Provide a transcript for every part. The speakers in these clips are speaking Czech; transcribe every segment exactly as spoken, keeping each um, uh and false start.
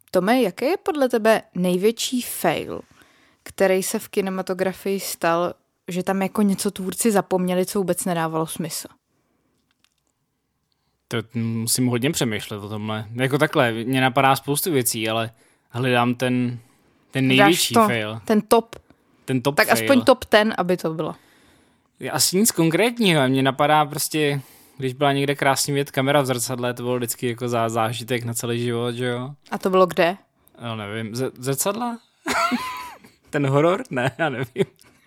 Tome, jaký je podle tebe největší fail, který se v kinematografii stal, že tam jako něco tvůrci zapomněli, co vůbec nedávalo smysl? To musím hodně přemýšlet o tomhle. Jako takhle, mě napadá spoustu věcí, ale hledám ten, ten největší to, fail. Ten top. Ten top tak fail. aspoň top ten, aby to bylo. Asi nic konkrétního. Mně napadá prostě, když byla někde krásně vidět kamera v zrcadle, to bylo vždycky jako zá, zážitek na celý život, že jo? A to bylo kde? No nevím, Z- zrcadla? Ten horor? Ne, já nevím.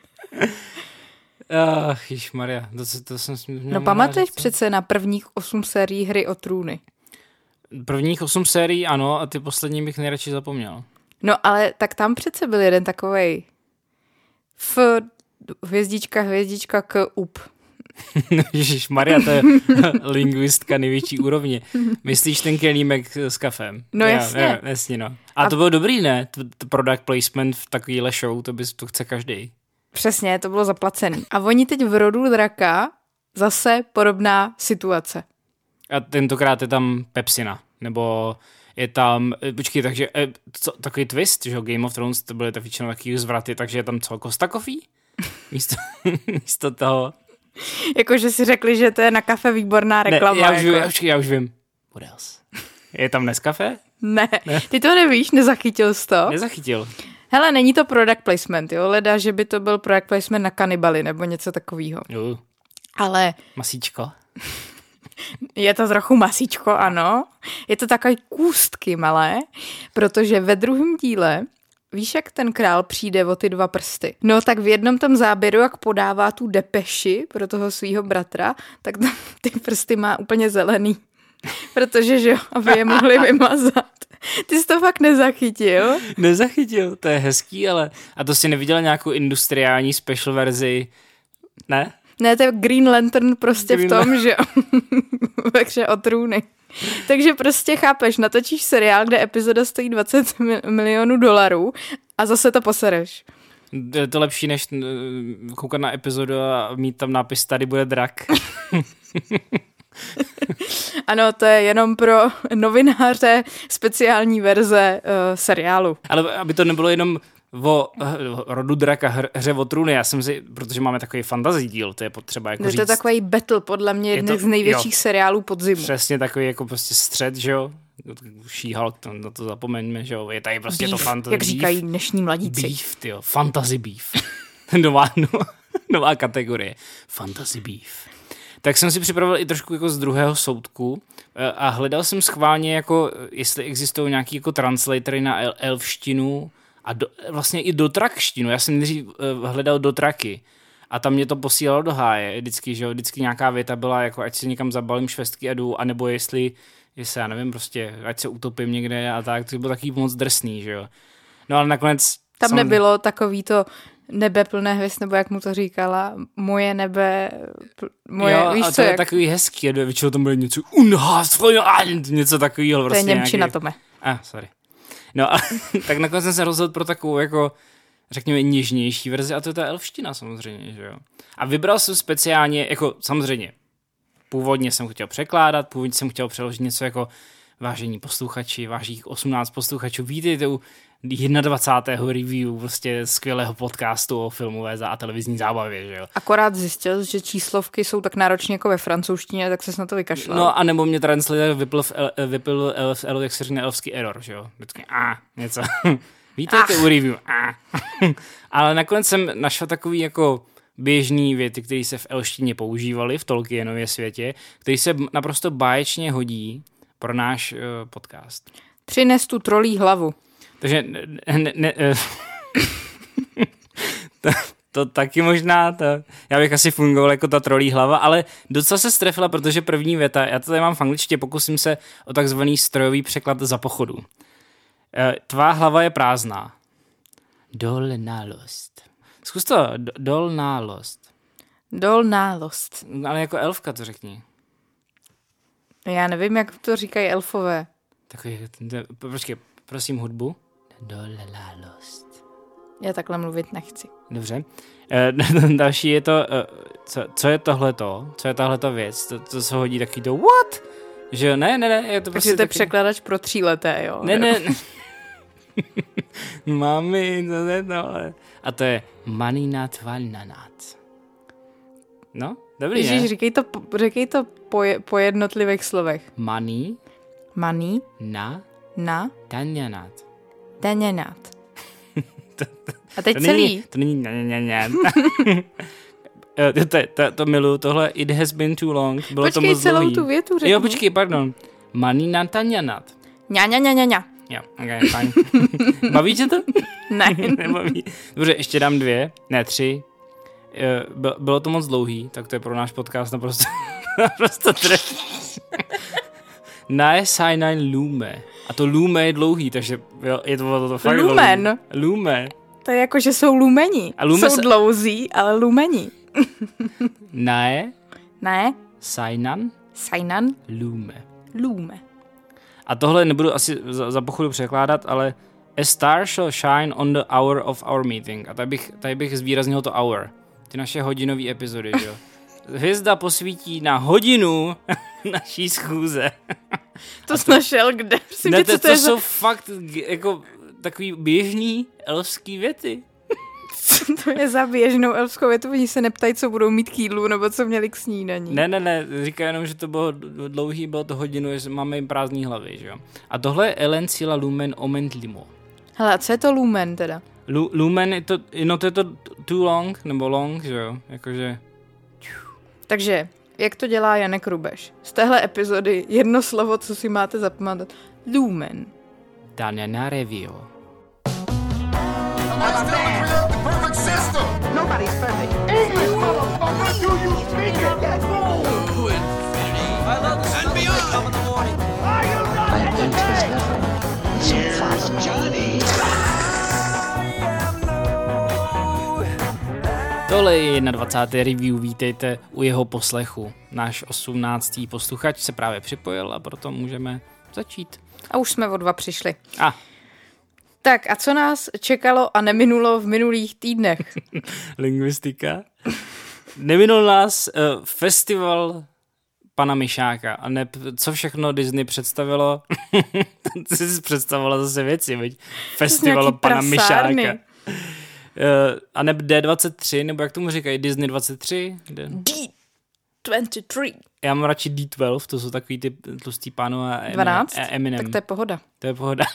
Ach, ježmarja, to, to jsem No pamatuješ přece na prvních osm sérií Hry o trůny. Prvních osm sérií, ano, a ty poslední bych nejradši zapomněl. No ale tak tam přece byl jeden takovej F, hvězdička, hvězdička k up. Ježišmarja, to je lingvistka největší úrovně. Myslíš ten kelímek s kafem? No já, jasně. Já, jasně no. A, a to bylo dobrý, ne? To, to product placement v takovýhle show, to bys to chce každý. Přesně, to bylo zaplacený. A oni teď v Rodu draka zase podobná situace. A tentokrát je tam pepsina, nebo je tam, počkej, takže co, takový twist, že Game of Thrones, to byly tak většinou takový zvraty, takže je tam co, Costa Coffee? Místo, místo toho. Jakože si řekli, že to je na kafe výborná reklama. Ne, já, už, jako. já, už, já už vím. What else? Je tam Nescafé? Ne, ne, ty to nevíš, nezachytil jsi to? Nezachytil. Hele, není to product placement, jo, leda, že by to byl product placement na kanibaly nebo něco takového. Uh, Ale... Masíčko. Je to trochu masíčko, ano. Je to takový kůstky malé, protože ve druhém díle, víš, jak ten král přijde o ty dva prsty? No tak v jednom tom záběru, jak podává tu depeši pro toho svýho bratra, tak tam ty prsty má úplně zelený. Protože, že jo, aby je mohli vymazat. Ty jsi to fakt nezachytil? Nezachytil, to je hezký, ale... A to jsi neviděl nějakou industriální special verzi? Ne? Ne, to je Green Lantern prostě Green v tom, že ve Hře o trůny. Takže prostě chápeš, natočíš seriál, kde epizoda stojí dvacet milionů dolarů a zase to posereš. Je to lepší, než koukat na epizodu a mít tam nápis tady bude drak. Ano, to je jenom pro novináře speciální verze uh, seriálu. Ale aby to nebylo jenom o rodu draka, hře o trůny, já jsem si, protože máme takový fantasy díl, to je potřeba jako říct. To je to takový battle, podle mě jeden z největších jo, seriálů podzimu. Přesně takový jako prostě střed, že jo, šíhal, na to zapomeňme, že jo, je tady prostě beef, to fantasy jak beef, říkají dnešní mladíci. Beef, tyjo, fantasy beef. nová, nová, nová kategorie, fantasy beef. Tak jsem si připravil i trošku jako z druhého soudku a hledal jsem schválně, jako, jestli existují nějaký jako translatory na el- elfštinu a do, vlastně i do trakštinu. Já jsem nejdřív uh, hledal do traky a tam mě to posílalo do háje vždycky, že jo, vždycky nějaká věta byla jako ať si někam zabalím švestky a jdu, anebo jestli, jestli já nevím, prostě ať se utopím někde a tak, to bylo takový moc drsný, že jo. No ale nakonec... Tam sam... nebylo takový to nebe plné hvězd, nebo jak mu to říkala, moje nebe, moje, jo, víš a co, to je jak... takový hezký, a většinou tam bylo něco unhas, něco takového. To prostě je němčina, nějaký... Tome. Ah, sorry. No a tak nakonec jsem se rozhodl pro takovou jako, řekněme, něžnější verzi a to je ta elfština samozřejmě, že jo. A vybral jsem speciálně, jako samozřejmě, původně jsem chtěl překládat, původně jsem chtěl přeložit něco jako vážení posluchači, vážných osmnáct posluchačů, vítejte u dvacátého prvního review prostě skvělého podcastu o filmové a televizní zábavě, že jo. Akorát zjistil, že číslovky jsou tak náročné jako ve francouzštině, tak ses na to vykašlal. No a nebo mě translator vypl, vypl elf, elf, jak se říká elfský error, že jo. Vždycky a něco. Vítejte u review. A. Ale nakonec jsem našel takový jako běžný věty, které se v elštině používaly v Tolkienově světě, který se naprosto báječně hodí pro náš uh, podcast. Přines tu trolí hlavu. Takže ne, ne, ne, to, to taky možná, to, já bych asi fungoval jako ta trolí hlava, ale docela se strefila, protože první věta, já to tady mám v angličtině, pokusím se o takzvaný strojový překlad za pochodu. Tvá hlava je prázdná. Dolnálost. Zkus to, dolnálost. Dolnálost. Ale jako elfka to řekni. Já nevím, jak to říkají elfové. Takový, počkej, prosím hudbu. Dolnálost. Já takhle mluvit nechci. Dobře. E, další je to, e, co, co je tohleto? Co je tahleto věc? To, to se hodí taky to what? Že ne, ne, ne. Je to Takže prostě to je taky... překladač pro tříleté, jo? Ne, ne. Mami, to je tohle. A to je maninat valnanat. No, dobrý, Ježíš, ne? říkej to, říkej to po, je, po jednotlivých slovech. Mani Mani na na tanjanat. daněnat. A teď To celý. není, to není ňaňaňaňan. to, to, to miluju, tohle it has been too long. Bylo Počkej, to moc celou dlouhý. tu větu řekni. Jo, počkej, pardon. Maninat tanjanat. Ňa, ňa, ňa, ňa, ňa. Jo, ok, fajn. Baví tě to? Ne. Nebaví. Dobře, ještě dám dvě, ne tři. By- Bylo to moc dlouhý, tak to je pro náš podcast naprosto, naprosto tref. Nae sainain lume. A to lume je dlouhý, takže jo, je to, to, to fakt Lumen. dlouhý. Lume. To je jako, že jsou lumeni. A lume jsou se- dlouzí, ale lumeni. Nae Ne? sainan Sainan lume. lume. A tohle nebudu asi za, za pochodu překládat, ale a star shall shine on the hour of our meeting. A tady bych, tady bych zvýraznil to hour. Ty naše hodinové epizody, že jo. Hvězda posvítí na hodinu naší schůze. To jsi našel kde? Myslím, Ne, že to, co to, to je za... jsou fakt g- jako takový běžný elfský věty. Co to je za běžnou elfskou větu? Oni se neptají, co budou mít k jídlu, nebo co měli k snídaní. Ne, ne, ne, říká jenom, že to bylo d- dlouhý, bylo to hodinu, že máme jim prázdný hlavy, že jo. A tohle je Elen Sila Lumen Oment Limo. Hele, a co je to lumen teda? Lu- lumen je to, no to je to too long, nebo long, že jo, jakože... Takže, jak to dělá Janek Rubeš? Z téhle epizody jedno slovo, co si máte zapamatovat. Lumen. Dania na review. Let's do it, create the perfect system. Nobody's perfect. English, motherfucker, do you speak it? And beyond. Are you not entertained? So Johnny. Tohle je dvacátá review, vítejte u jeho poslechu. Náš osmnáctý posluchač se právě připojil a proto můžeme začít. A už jsme o dva přišli. A, Tak a co nás čekalo a neminulo v minulých týdnech? lingvistika. Neminul nás uh, festival pana Myšáka a ne, co všechno Disney představilo. Ty jsi představovala zase věci, veď? Festival nějaký pana prasárny. Myšáka. Uh, a ne D dvacet tři, nebo jak tomu říkají, Disney dvacet tři? D- D dvacet tři. Já mám radši D dvanáct, to jsou takový ty tlustý pánu a Eminem. dvanáct? A Eminem. Tak to je pohoda. To je pohoda.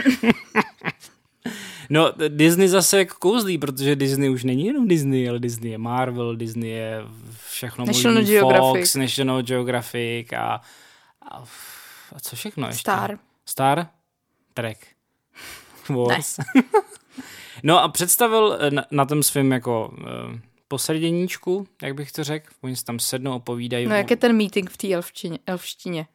No, Disney zase jako kouzlí, protože Disney už není jenom Disney, ale Disney je Marvel, Disney je všechno National možný, Geographic. Fox, National Geographic a, a, a co všechno ještě? Star. Star? Trek. Wars. No a představil na, na tom svým jako uh, posrděníčku, jak bych to řekl, oni se tam sednou a povídají. No jak je ten meeting v té elfštině, elfštině?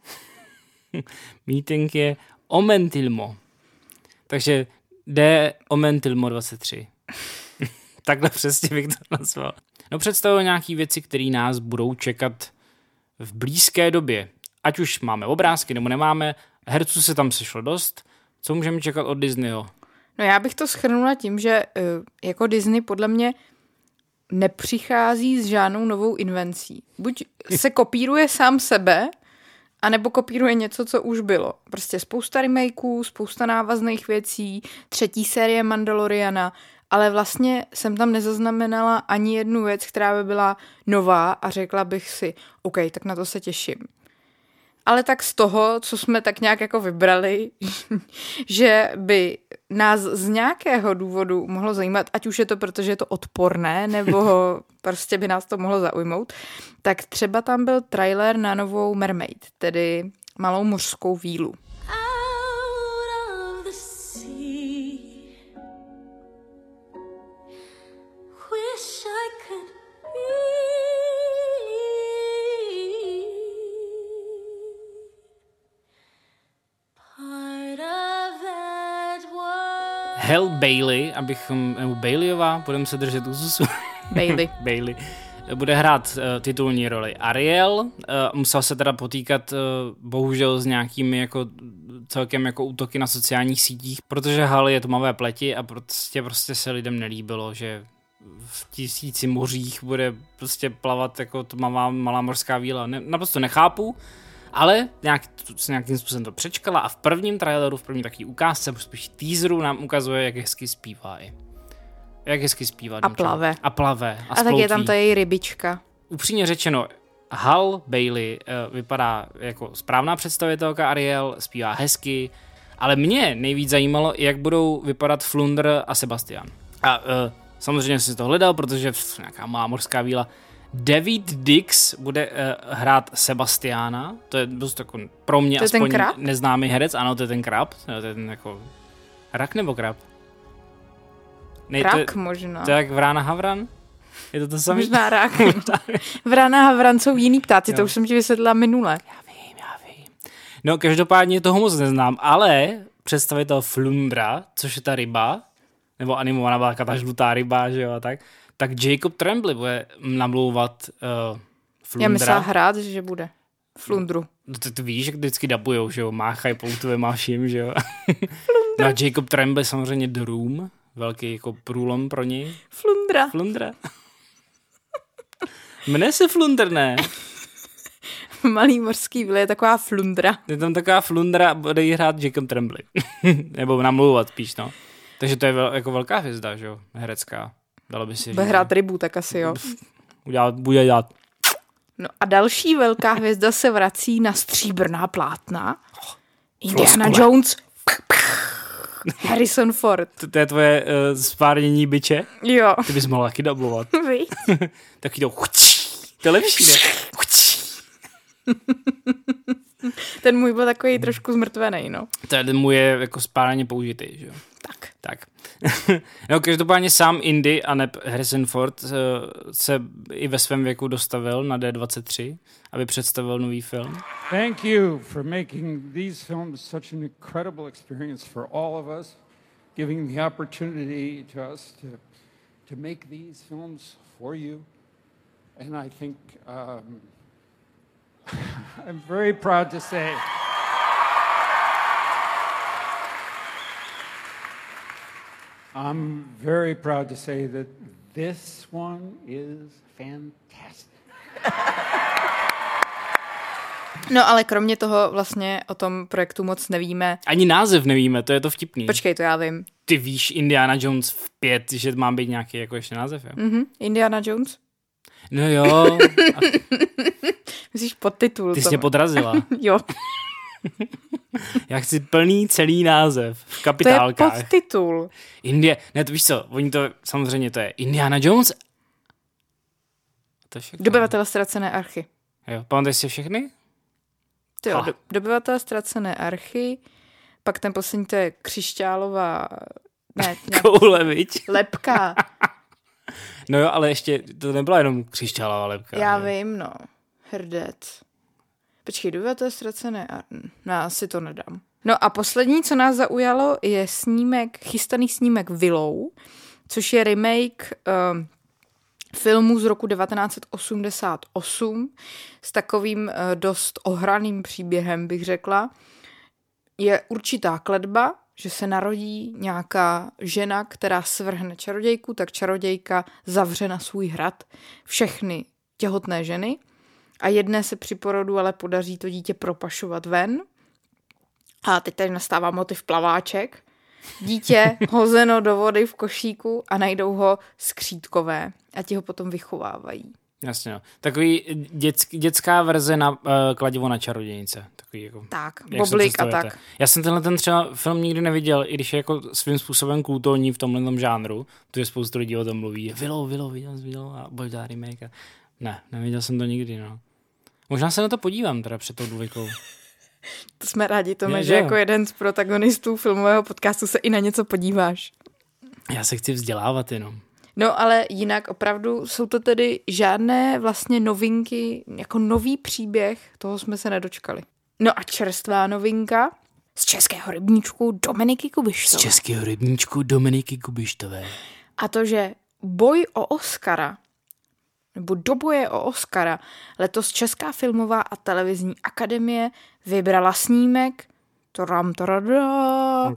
Meeting je Omentilmo. Takže D Omentilmo dvacet tři. Takhle přesně bych to nazval. No představil nějaký věci, které nás budou čekat v blízké době. Ať už máme obrázky nebo nemáme, herců se tam sešlo dost. Co můžeme čekat od Disneyho? No já bych to shrnula tím, že uh, jako Disney podle mě nepřichází s žádnou novou invencí. Buď se kopíruje sám sebe, anebo kopíruje něco, co už bylo. Prostě spousta remakeů, spousta návazných věcí, třetí série Mandaloriana, ale vlastně jsem tam nezaznamenala ani jednu věc, která by byla nová a řekla bych si, OK, tak na to se těším. Ale tak z toho, co jsme tak nějak jako vybrali, že by nás z nějakého důvodu mohlo zajímat, ať už je to proto, že je to odporné, nebo prostě by nás to mohlo zaujmout, tak třeba tam byl trailer na novou Mermaid, tedy malou mořskou vílu. Out of the sea, wish I could be part of that world. Hal Bailey, abychom, nebo Baileyová, budeme se držet úzusu. Bailey. Bailey. Bude hrát uh, titulní roli Ariel, uh, musel se teda potýkat uh, bohužel s nějakými jako celkem jako útoky na sociálních sítích, protože Hal je tmavé pleti a prostě, prostě se lidem nelíbilo, že v tisíci mořích bude prostě plavat jako tmavá malá mořská víla. Ne, naprosto nechápu, Ale nějak, se nějakým způsobem to přečkala a v prvním traileru, v první takové ukázce, spíš teaseru nám ukazuje, jak hezky zpívá i. Jak hezky zpívá. A plave. A plave. A, A tak je tam ta její rybička. Upřímně řečeno, Hal Bailey uh, vypadá jako správná představitelka Ariel, zpívá hezky, ale mě nejvíc zajímalo, jak budou vypadat Flunder a Sebastian. A uh, samozřejmě jsem si to hledal, protože pff, nějaká má morská víla. David Dix bude uh, hrát Sebastiana, to je dost jako pro mě to aspoň ten neznámý herec, ano, to je ten krab, to je ten jako rak nebo krab? Nej, Rak to je, možná. to je jak Vrána Havran? Je to to samé? Možná rak. Vrána a havran jsou jiný ptáci, to už jsem ti vysvětlila minule. Já vím, já vím. No, každopádně toho moc neznám, ale představitel Flundra, což je ta ryba, nebo animovaná byla ta žlutá ryba, že jo, a tak, tak Jacob Tremblay bude namlouvat uh, Flundra. Já myslela hrát, že bude. Flundru. No, to, to víš, jak vždycky dabujou, že jo, máchají poutovým a vším, že jo. No a Jacob Tremblay samozřejmě The Room, velký jako průlom pro něj. Flundra. Flundra. Mne se Flunder, ne? Malý morský vil je taková flundra. Je tam taková Flundra a bude jí hrát Jacob Tremblay. Nebo namlouvat spíš, no. Takže to je vel, jako velká hvězda, že jo, herecká. Dalo by si říct. Bude hrát rybu, tak asi jo. Udělat, bude dělat. No a další velká hvězda se vrací na stříbrná plátna. Indiana floskule. Jones. Harrison Ford. To, to je tvoje uh, spárnění biče? Jo. Ty bys mohla taky dublovat. Vy? Taky to to je lepší, ne? Ten můj byl takový trošku zmrtvený, no. Ten můj je jako spárně použitý, že jo? Tak. Tak. No, každopádně sám Indy a ne Harrison Ford uh, se i ve svém věku dostavil na D dvacet tři, aby představil nový film. Thank you for making these films such an incredible experience for all of us, giving the opportunity to us to, to make these films for you. And I think um, I'm very proud to say I'm very proud to say that this one is fantastic. No ale kromě toho vlastně o tom projektu moc nevíme. Ani název nevíme, to je to vtipný. Počkej, to já vím. Ty víš Indiana Jones v pět, že má být nějaký jako ještě název, jo? Mhm, Indiana Jones? No jo. A Myslíš podtitul? ty jsi to mě má- podrazila. Jo, Já chci plný celý název v to je kapitálkách. podtitul. Indie, ne, to víš co, oni to, samozřejmě to je Indiana Jones. To je všechno. Dobyvatel ztracené archy. Jo, pamatuješ si všechny? Jo, Ha. do, dobyvatel ztracené archy, pak ten poslední to je křišťálová, ne, nějak, Koule, viď? lepka. No jo, ale ještě, to nebyla jenom křišťálová lepka. Já že? vím, no. Hrdec. Počkej, dobyvatel ztracené archy. No, já si to nedám. No a poslední, co nás zaujalo, je snímek, chystaný snímek Willow, což je remake um, filmu z roku devatenáct set osmdesát osm s takovým uh, dost ohraným příběhem, bych řekla. Je určitá kletba, že se narodí nějaká žena, která svrhne čarodějku, tak čarodějka zavře na svůj hrad všechny těhotné ženy a jedné se při porodu ale podaří to dítě propašovat ven. A teď tady nastává motiv plaváček. Dítě hozeno do vody v košíku a najdou ho skřítkové a ti ho potom vychovávají. Jasně, no. Takový dětsk, dětská verze na uh, kladivo na čarodějnice. Takový jako, Tak, jak se boblik a představujete. tak. Já jsem tenhle ten třeba film nikdy neviděl, i když je jako svým způsobem kultovní v tomhle tom žánru, protože spoustu lidí o tom mluví. Willow, Willow, viděl jsi Willow a Boldá remake. Ne, neviděl jsem to nikdy, no. Možná se na to podívám teda před tou dvojkou. To jsme rádi, Tome, Je, že že jo. jako jeden z protagonistů filmového podcastu se i na něco podíváš. Já se chci vzdělávat jenom. No ale jinak opravdu jsou to tedy žádné vlastně novinky, jako nový příběh, toho jsme se nedočkali. No a čerstvá novinka z českého rybníčku Dominiky Kubištové. českého rybníčku Dominiky Kubištové. A to, že boj o Oscara, nebo do boje o Oscara, letos Česká filmová a televizní akademie vybrala snímek Toram, tarada,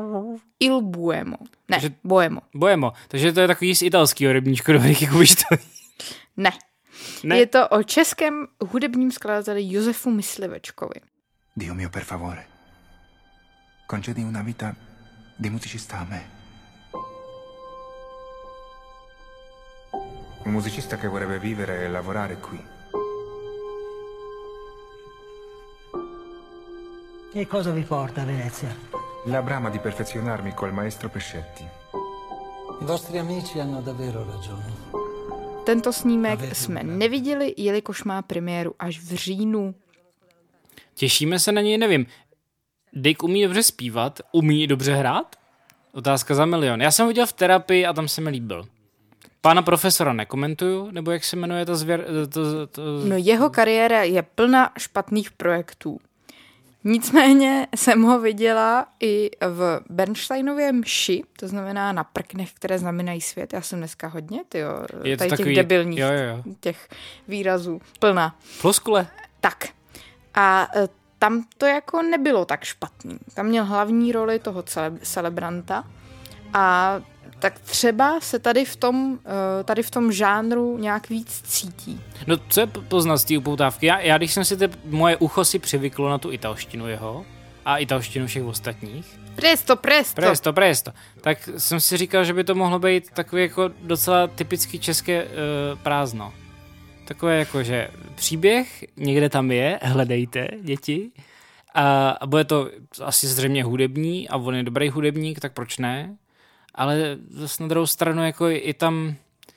Il Buemo. Ne, Takže- Boemo. Bojemo. Takže to je takový z italského rybníčku Dominiky Kubištové. Ne. Ne. Je to o českém hudebním skladateli Josefu Myslivečkovi. Dio mio, per favore, concedi una vita di musicista a me. Un musicista che vorrebbe vivere e lavorare qui. Che cosa vi porta a Venezia? La brama di perfezionarmi col maestro Pescetti. I vostri amici hanno davvero ragione. Tento snímek jsme neviděli, jelikož má premiéru až v říjnu. Těšíme se na něj, nevím. Dick umí dobře zpívat, umí dobře hrát? Otázka za milion. Já jsem ho viděl v terapii a tam se mi líbil. Pána profesora nekomentuju, nebo jak se jmenuje ta zvěr... To, to... No jeho kariéra je plná špatných projektů. Nicméně jsem ho viděla i v Bernsteinově mši, to znamená na prknech, které znamenají svět. Já jsem dneska hodně, tyjo, je to tady takový, těch debilních, jo, jo. těch výrazů plná. Floskule. Tak. A e, tam to jako nebylo tak špatný. Tam měl hlavní roli toho cele- celebranta a tak třeba se tady v tom, e, tady v tom žánru nějak víc cítí. No co je poznat z té upoutávky? Já, já když jsem si te, moje ucho si přivyklo na tu italštinu jeho a italštinu všech ostatních. Presto, presto. Presto, presto. Tak jsem si říkal, že by to mohlo být takový jako docela typicky české uh, prázdno. Takové jako, že příběh někde tam je, hledejte, děti. A, a bude to asi zřejmě hudební a on je dobrý hudebník, tak proč ne? Ale zase na druhou stranu jako i tam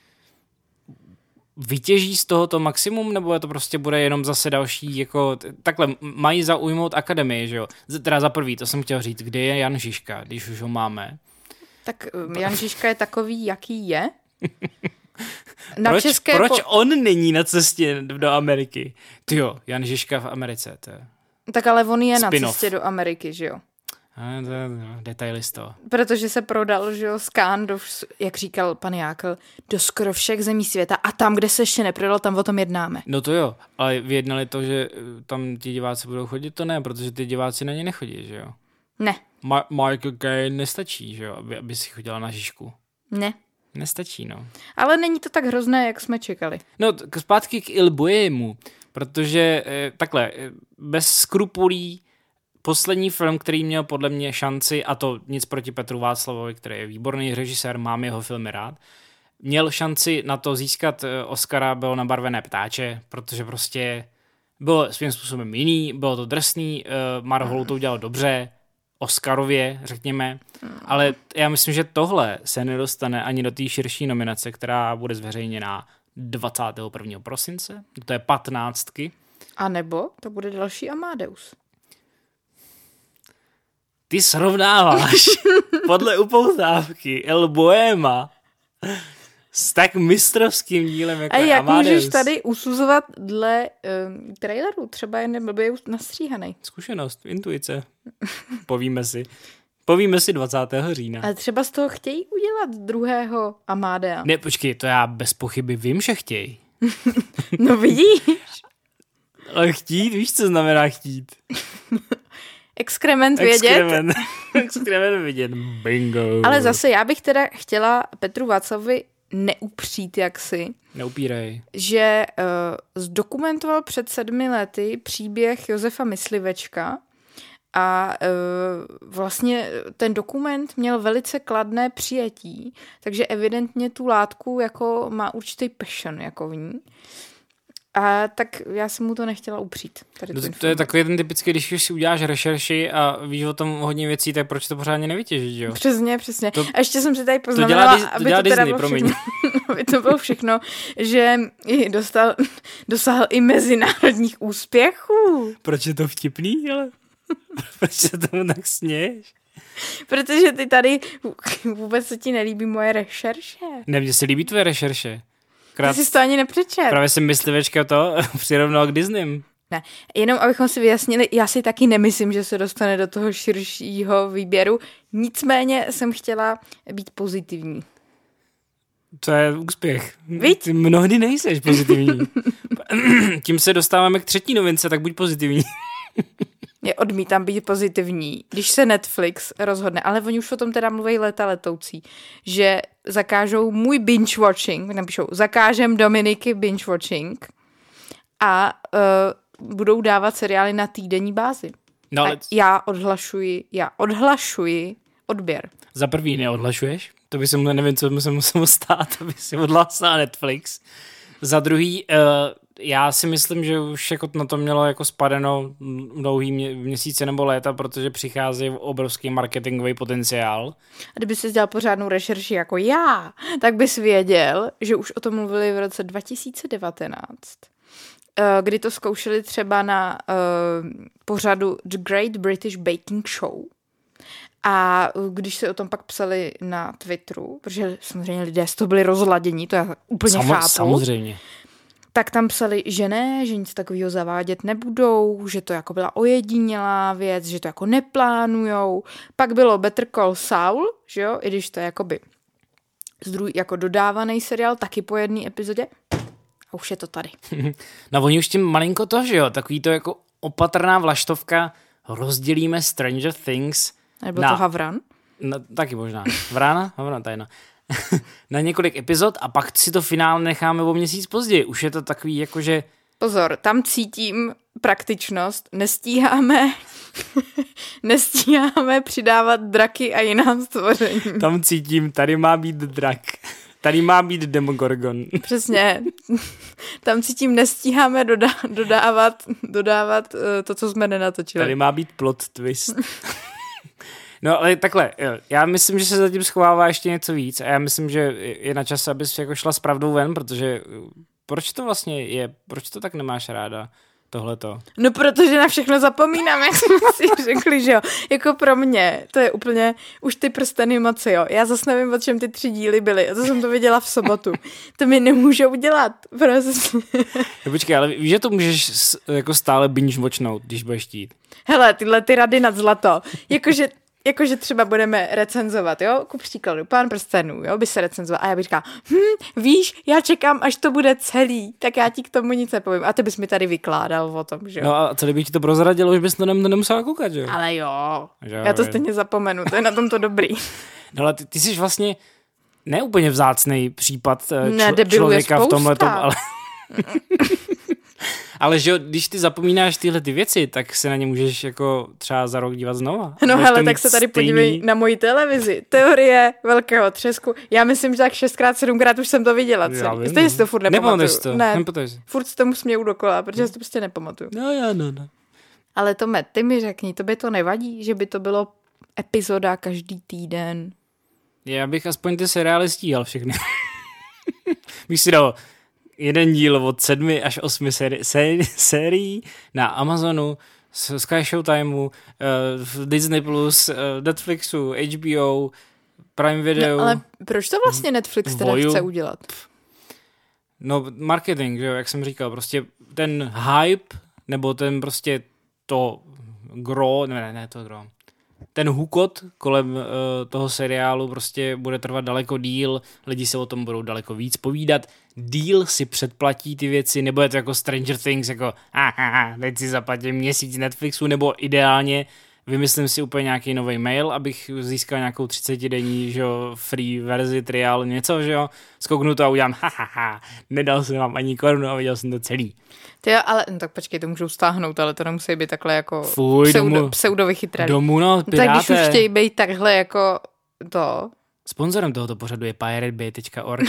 vytěží z toho to maximum, nebo je to prostě bude jenom zase další, jako takhle, mají zaujmout akademii, že jo? Teda za prvý, to jsem chtěl říct, kde je Jan Žižka, když už ho máme. Tak Jan Žižka je takový, jaký je. Na proč české proč po... on není na cestě do Ameriky? Tyjo, Jan Žižka v Americe, to je... Tak ale on je Spin-off. na cestě do Ameriky, že jo? A to je no, detailisto. Protože se prodal, že jo, skán do, jak říkal pan Jákl, do skoro všech zemí světa a tam, kde se ještě neprodal, tam o tom jednáme. No to jo, ale vyjednali to, že tam ti diváci budou chodit, to ne, protože ty diváci na ně nechodí, že jo? Ne. Ma- Michael Caine nestačí, že jo, aby, aby si chodila na Žižku. Ne. Nestačí, no. Ale není to tak hrozné, jak jsme čekali. No, k- zpátky k Il Bohému, protože eh, takhle, eh, bez skrupulí poslední film, který měl podle mě šanci, a to nic proti Petru Václavovi, který je výborný režisér, mám jeho filmy rád, měl šanci na to získat Oscara, bylo na Barvené ptáče, protože prostě bylo svým způsobem jiný, bylo to drsný, Marholu to udělal dobře, Oscarově, řekněme, ale já myslím, že tohle se nedostane ani do té širší nominace, která bude zveřejněná dvacátého prvního prosince, to je patnáctky. A nebo to bude další Amadeus. Ty srovnáváš podle upoutávky El Bohéma s tak mistrovským dílem jako A jak Amadeus. můžeš tady usuzovat dle um, traileru? Třeba je neblbě nastříhanej. Zkušenost, intuice. Povíme si. Povíme si dvacátého října. Ale třeba z toho chtějí udělat druhého Amadea. Ne, počkej, to já bez pochyby vím, že chtějí. No vidíš? Ale chtít, víš, co znamená chtít? Exkrement vědět. Exkrement. Exkrement vědět. Bingo. Ale zase já bych teda chtěla Petru Václavovi neupřít jaksi, Neupírej. že uh, zdokumentoval před sedmi lety příběh Josefa Myslivečka a uh, vlastně ten dokument měl velice kladné přijetí, takže evidentně tu látku jako má určitý passion jako v ní. A tak já jsem mu to nechtěla upřít. Tady To, to je takový ten typický, když už si uděláš rešerši a víš o tom hodně věcí, tak proč to pořádně nevytěžit, jo? Přesně, přesně. To- a ještě jsem si tady to dělá poznamenala, Dis- to aby dělá to teda Disney, bylo promiň. všechno, aby to bylo všechno, že i dostal, dosáhl i mezinárodních úspěchů. Proč je to vtipný, ale? Proč se tomu tak směješ? Protože ty tady vůbec se ti nelíbí moje rešerše. Ne, mně se líbí tvoje rešerše. Krát, Ty jsi to ani nepřečet. právě jsem Myslivečka to přirovnal k Disneym. Ne, jenom abychom si vyjasnili, já si taky nemyslím, že se dostane do toho širšího výběru, nicméně jsem chtěla být pozitivní. To je úspěch. Viď? Ty mnohdy nejseš pozitivní. Tím se dostáváme k třetí novince, tak buď pozitivní. Já odmítám být pozitivní, když se Netflix rozhodne, ale oni už o tom teda mluví léta letoucí, že zakážou můj binge watching, napíšou, zakážem Dominiky binge watching a uh, budou dávat seriály na týdenní bázi. No, ale... Já odhlašuji, já odhlašuji odběr. Za prvý neodhlašuješ? To by se mu, nevím, co by se muselo stát, aby si odhlásil Netflix. Za druhý, uh, já si myslím, že už jako na to mělo jako spadeno dlouhý mě, měsíce nebo léta, protože přichází obrovský marketingový potenciál. A kdyby jsi dělal pořádnou rešerši jako já, tak bys věděl, že už o tom mluvili v roce dva tisíce devatenáct, kdy to zkoušeli třeba na uh, pořadu The Great British Baking Show. A když se o tom pak psali na Twitteru, protože samozřejmě lidé z toho byli rozladění, to já úplně Samo, chápu. Samozřejmě. Tak tam psali, že ne, že nic takového zavádět nebudou, že to jako byla ojedinělá věc, že to jako neplánujou. Pak bylo Better Call Saul, že jo, i když to je jakoby zdruj, jako dodávaný seriál, taky po jedné epizodě. A už je to tady. No oni už tím malinko to, že jo, takový to jako opatrná vlaštovka, rozdělíme Stranger Things. Nebo na, to Havran? Na, taky možná. Vrána? Havran, tajna. Na několik epizod a pak si to finále necháme o měsíc později. Už je to takový jakože... Pozor, tam cítím praktičnost. Nestíháme nestíháme přidávat draky a jiná stvoření. Tam cítím, tady má být drak. Tady má být Demogorgon. Přesně. Tam cítím, nestíháme doda- dodávat, dodávat uh, to, co jsme nenatočili. Tady má být plot twist. No ale takhle, já myslím, že se zatím schovává ještě něco víc a já myslím, že je na čase, abys jako šla s pravdou ven, protože proč to vlastně je, proč to tak nemáš ráda, tohleto? No protože na všechno zapomínám, jak jsme si řekli, že jo, jako pro mě, to je úplně už ty prsteny moci, jo, já zase nevím, o čem ty tři díly byly, a to jsem to viděla v sobotu, to mi nemůžou dělat, prostě. No počkej, ale víš, že to můžeš jako stále binge watchnout, když budeš chtít. Hele, tyhle ty rady nad zlato, jakože Jakože třeba budeme recenzovat, jo, ku příkladu, Pán prstenů, jo, by se recenzoval a já bych říkala, hm, víš, já čekám, až to bude celý, tak já ti k tomu nic nepovím a ty bys mi tady vykládal o tom, že jo. No a celý bych ti to prozradil, už bys to nemusela koukat, že jo. Ale jo, že já to jo, stejně zapomenu, to je na tom to dobrý. No ale ty, ty jsi vlastně neúplně vzácnej případ člo, ne, člověka v tomhletom, ale... Ale že když ty zapomínáš tyhle ty věci, tak se na ně můžeš jako třeba za rok dívat znova. No hele, tak se tady stejný... podívej na moji televizi. Teorie velkého třesku. Já myslím, že tak šestkrát, sedmkrát už jsem to viděla celý. Stejně si to furt nepamatuju. To. Ne, Nepamatuji. Furt si tomu směju dokola, protože si to prostě nepamatuju. No já no, no. Ale Tome, ty mi řekni, to by to nevadí, že by to bylo epizoda každý týden? Já bych aspoň ty seriály stíhal všechny. Bych si dal jeden díl od sedmi až osmi séri- séri- sérií na Amazonu, Sky Showtimeu, uh, Disney plus, uh, Netflixu, H B O, Prime Video. No, ale proč to vlastně Netflix teda Voju. chce udělat? No marketing, že jo, jak jsem říkal, prostě ten hype, nebo ten prostě to gro, ne, ne, ne to gro, ten hukot kolem uh, toho seriálu prostě bude trvat daleko díl, lidi se o tom budou daleko víc povídat, díl si předplatí ty věci, nebo je to jako Stranger Things, jako aha, teď si zaplatím měsíc Netflixu, nebo ideálně vymyslím si úplně nějaký nový mail, abych získal nějakou třicetidenní, že jo, free verzi, trial, něco, že jo, skoknu to a udělám, hahaha, nedal jsem vám ani korunu a viděl jsem to celý. Ty jo, ale, no tak počkej, to můžou stáhnout, ale to nemusí být takhle jako Fuj, pseudo, domů, pseudo vychytralý. Domů, no, tak když už chtějí být takhle jako to. Sponzorem tohoto pořadu je pirate bay tečka org.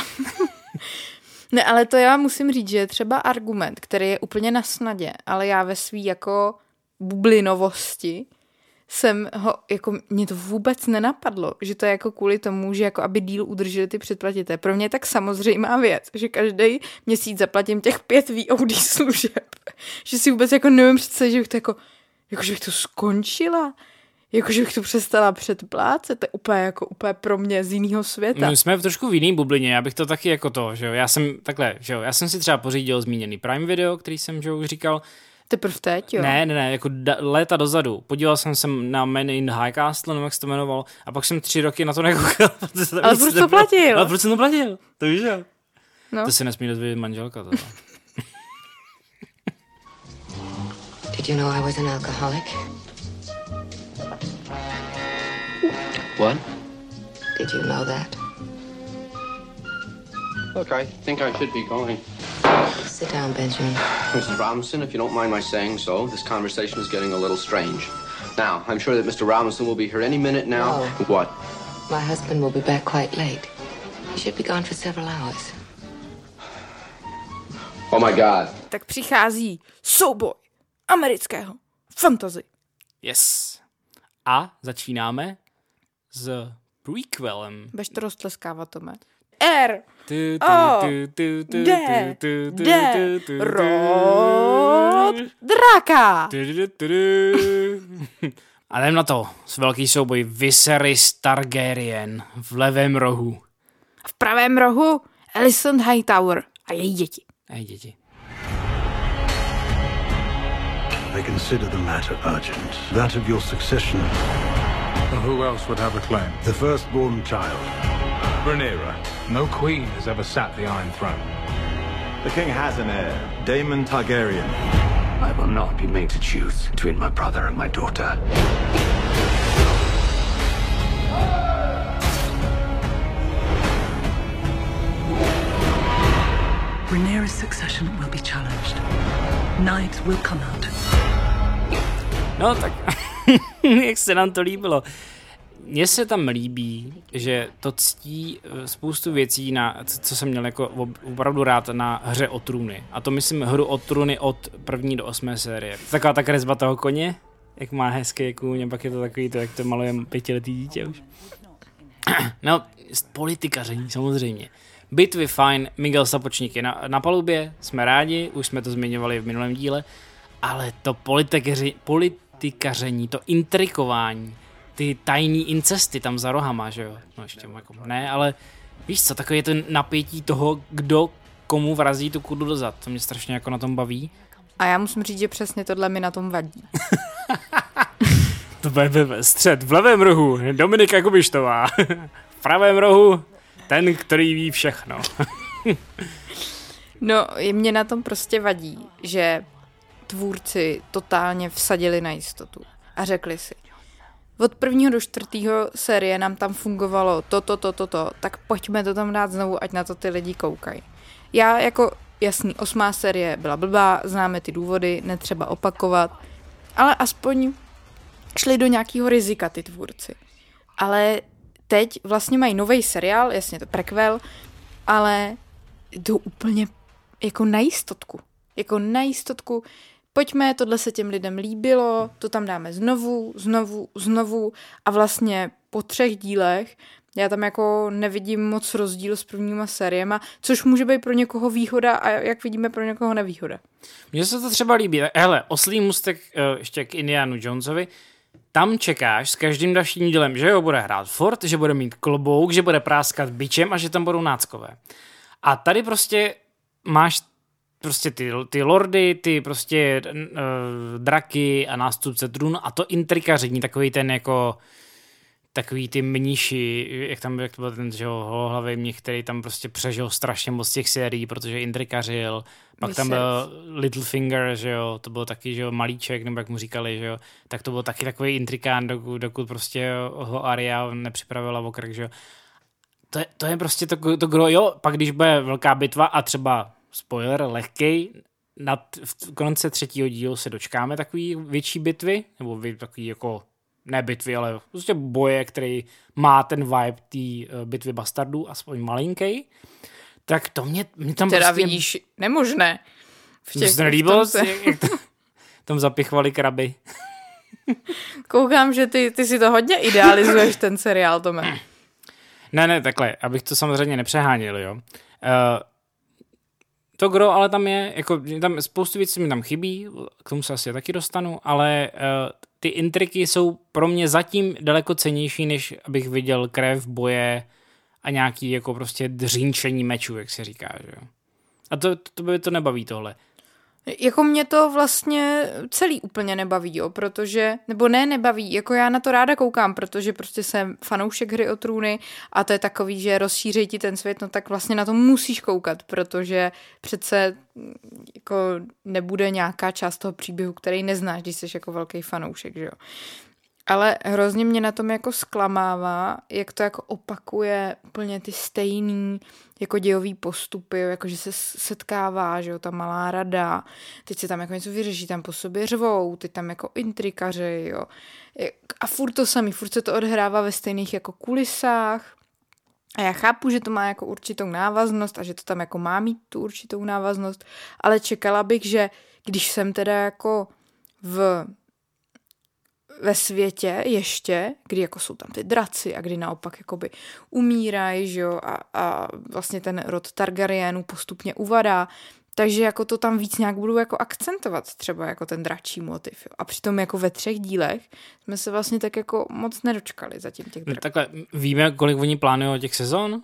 Ne, ale to já musím říct, že je třeba argument, který je úplně na snadě, ale já ve svý jako bublinovosti jsem ho, jako mě to vůbec nenapadlo, že to je jako kvůli tomu, že jako aby díl udrželi ty předplatité. Pro mě je tak samozřejmá věc, že každý měsíc zaplatím těch pět V O D služeb. Že si vůbec jako nevím představit, že bych to jako, jako že bych to skončila. Jakože bych to přestala předplácet, to je úplně jako úplně pro mě z jiného světa. My jsme v trošku v jiný bublině, já bych to taky jako to, že jo, já jsem takhle, že jo, já jsem si třeba pořídil zmíněný Prime Video, který jsem, že jo, už říkal. Teprv teď, jo? Ne, ne, ne, jako da, léta dozadu. Podíval jsem se na Man in High Castle, nebo jak se to jmenovalo, a pak jsem tři roky na to nekoukal. Ale proč to platil? Ale proč jsem to platil? To víš, jo? No. To si nesmí dozvědět manželka. Did you know I was an alcoholic? What? Did you know that? Look, I think I should be going. Sit down, Benjamin. Missus Robinson, if you don't mind my saying so, this conversation is getting a little strange. Now, I'm sure that Mister Robinson will be here any minute now. No. What? My husband will be back quite late. He should be gone for several hours. Oh my God. Tak přichází souboj amerického fantasy. Yes. A začínáme s prequelem. Bež to roztleskávat, Tome. R. Tu, O. tu, tu, tu, D. tu, tu, D. tu, tu, tu, Rod Draka. tu, tu, tu, tu. A jdem na to. S velký souboj Viserys Targaryen v levém rohu. V pravém rohu Alicent Hightower a její děti. Hej, děti. I consider the matter urgent. That of your succession. Who else would have a claim? The firstborn child. Rhaenyra. No queen has ever sat the Iron Throne. The king has an heir, Daemon Targaryen. I will not be made to choose between my brother and my daughter. Rhaenyra's succession will be challenged. Knives will come out. No tak, jak se nám to líbilo. Mně se tam líbí, že to ctí spoustu věcí, na, co jsem měl jako opravdu rád na Hře o trůny. A to myslím hru o trůny od první do osmé série. Taková ta kresba toho koně, jak má hezký kůň, a pak je to takový to, jak to maluje pětiletý dítě už. No, politikaření samozřejmě. Bitvy fajn, Miguel Sapočník je na, na palubě, jsme rádi, už jsme to zmiňovali v minulém díle, ale to politikaři, politikaření, to intrikování, ty tajný incesty tam za rohama, že jo, no ještě jako ne, ale víš co, takové je to napětí toho, kdo komu vrazí tu kudu dozad, to mě strašně jako na tom baví. A já musím říct, že přesně tohle mi na tom vadí. To bude střed v levém rohu, Dominika Kubištová, v pravém rohu ten, který ví všechno. No, mě na tom prostě vadí, že tvůrci totálně vsadili na jistotu a řekli si, od prvního do čtvrtého série nám tam fungovalo to, to, to, to, to, tak pojďme to tam dát znovu, ať na to ty lidi koukají. Já jako, jasný, osmá série byla blbá, známe ty důvody, netřeba opakovat, ale aspoň šli do nějakého rizika ty tvůrci. Ale teď vlastně mají nový seriál, jasně to prequel, ale jdou úplně jako na jistotku. Jako na jistotku. Pojďme, tohle se těm lidem líbilo, to tam dáme znovu, znovu, znovu a vlastně po třech dílech já tam jako nevidím moc rozdíl s prvníma sériema, což může být pro někoho výhoda a jak vidíme pro někoho nevýhoda. Mně se to třeba líbí. Hele, oslý můstek ještě k Indianu Jonesovi. Tam čekáš s každým dalším dílem, že ho bude hrát furt, že bude mít klobouk, že bude práskat bičem a že tam budou náckové. A tady prostě máš prostě ty, ty lordy, ty prostě uh, draky a nástupce trůnu a to intrikaření, takový ten jako takový ty mniši, jak tam jak to byl ten že holohlavý mnich, který tam prostě přežil strašně moc těch sérií, protože intrikařil. Pak Viserys. Tam byl Littlefinger, že jo, to byl taky, že jo, malíček, nebo jak mu říkali, že jo, tak to byl taky takový intrikán, dokud, dokud prostě ho Arya nepřipravila o krk, že jo. To je, to je prostě to, to gro, jo, pak když bude velká bitva a třeba, spoiler, lehkej, na v konce třetího dílu se dočkáme takový větší bitvy, nebo takový jako ne bitvy, ale prostě boje, který má ten vibe té uh, bitvy bastardů, aspoň malinký, tak to mě, mě tam teda prostě... vidíš, nemožné. Mně se nelíbilo, se... jak to, tam zapichvali kraby. Koukám, že ty, ty si to hodně idealizuješ, ten seriál, Tome. Ne, ne, takhle, abych to samozřejmě nepřeháněl, jo. Uh, to gro, ale tam je, jako, tam spoustu věcí mi tam chybí, k tomu se asi taky dostanu, ale uh, ty intriky jsou pro mě zatím daleko cennější, než abych viděl krev, boje a nějaký jako prostě dřínčení mečů, jak se říká, že jo. A to, to by to nebaví tohle. Jako mě to vlastně celý úplně nebaví, jo, protože, nebo ne nebaví, jako já na to ráda koukám, protože prostě jsem fanoušek Hry o trůny a to je takový, že rozšíří ti ten svět, no tak vlastně na to musíš koukat, protože přece jako nebude nějaká část toho příběhu, který neznáš, když jsi jako velký fanoušek, že jo. Ale hrozně mě na tom jako zklamává, jak to jako opakuje úplně ty stejný jako dějový postupy, jako že se setkává, že jo, ta malá rada, teď se tam jako něco vyřeší, tam po sobě řvou, teď tam jako intrikaři, jo. A furt to samý, furt se to odhrává ve stejných jako kulisách. A já chápu, že to má jako určitou návaznost a že to tam jako má mít tu určitou návaznost, ale čekala bych, že když jsem teda jako v ve světě ještě, kdy jako jsou tam ty draci a kdy naopak jakoby umírají, že jo, a, a vlastně ten rod Targaryenů postupně uvadá, takže jako to tam víc nějak budu jako akcentovat, třeba jako ten dračí motiv, jo. A přitom jako ve třech dílech jsme se vlastně tak jako moc nedočkali zatím těch draků. Takhle, víme, kolik oni plánují těch sezon?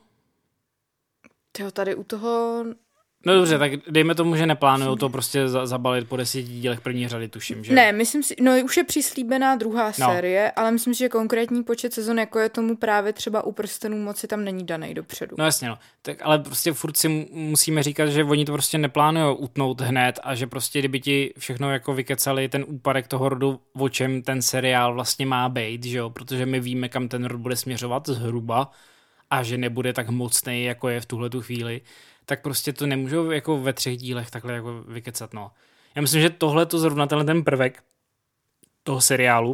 Tyjo, tady u toho... No dobře, tak dejme tomu, že neplánujou to prostě zabalit po deseti dílech první řady, tuším, že? Ne, myslím si, no už je přislíbená druhá no. série, ale myslím si, že konkrétní počet sezon, jako je tomu právě třeba u Prstenů moci, tam není daný dopředu. No jasně, no. Tak ale prostě furt si musíme říkat, že oni to prostě neplánujou utnout hned a že prostě kdyby ti všechno jako vykecali ten úpadek toho rodu, o čem ten seriál vlastně má být, že jo, protože my víme, kam ten rod bude směřovat zhruba a že nebude tak mocnej, jako je v tuhletu chvíli, tak prostě to nemůžou jako ve třech dílech takhle jako vykecat, no. Já myslím, že tohle to zrovna tenhle ten prvek toho seriálu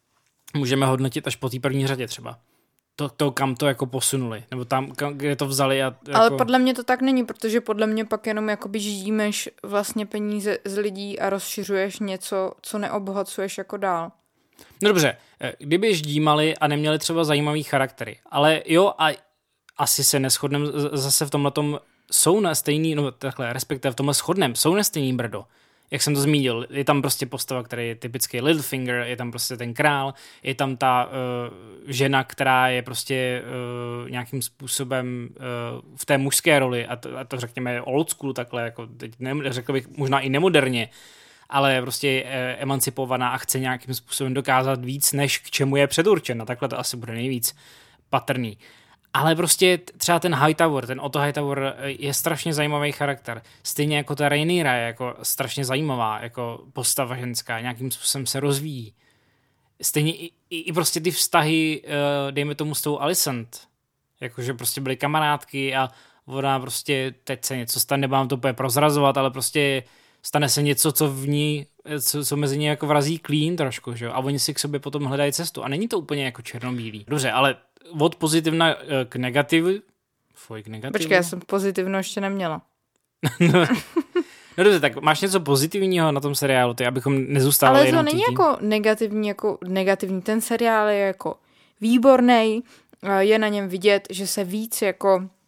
můžeme hodnotit až po té první řadě třeba. To, to, kam to jako posunuli, nebo tam, kam, kde to vzali. A jako... Ale podle mě to tak není, protože podle mě pak jenom jakoby ždímeš vlastně peníze z lidí a rozšiřuješ něco, co neobohacuješ jako dál. No dobře, kdyby ždímali a neměli třeba zajímavý charaktery, ale jo a asi se neshodneme zase v tomhletom jsou na stejný, no takhle, respektive v tomhle shodnem, jsou na stejný brdo. Jak jsem to zmínil, je tam prostě postava, která je typický Littlefinger, je tam prostě ten král, je tam ta uh, žena, která je prostě uh, nějakým způsobem uh, v té mužské roli a to, a to řekněme old school takhle, jako teď ne, řekl bych možná i nemoderně, ale prostě je uh, emancipovaná a chce nějakým způsobem dokázat víc, než k čemu je předurčena. Takhle to asi bude nejvíc patrný. Ale prostě třeba ten Hightower, ten Otto Hightower je strašně zajímavý charakter. Stejně jako ta Rhaenyra je jako strašně zajímavá, jako postava ženská, nějakým způsobem se rozvíjí. Stejně i, i, i prostě ty vztahy, dejme tomu s tou Alicent, jakože prostě byly kamarádky a ona prostě teď se něco stane, nebudám to úplně prozrazovat, ale prostě stane se něco, co v ní, co, co mezi ní jako vrazí klín trošku, že? A oni si k sobě potom hledají cestu. A není to úplně jako černobílý. Dobře, ale od pozitivna k negativu. Fuj, k negativu. Počkej, já jsem pozitivno ještě neměla. no, no dobře, tak máš něco pozitivního na tom seriálu, ty, abychom nezůstávali ale jenom to není tím. jako negativní, jako negativní. Ten seriál je jako výborný, je na něm vidět, že se víc jako uh,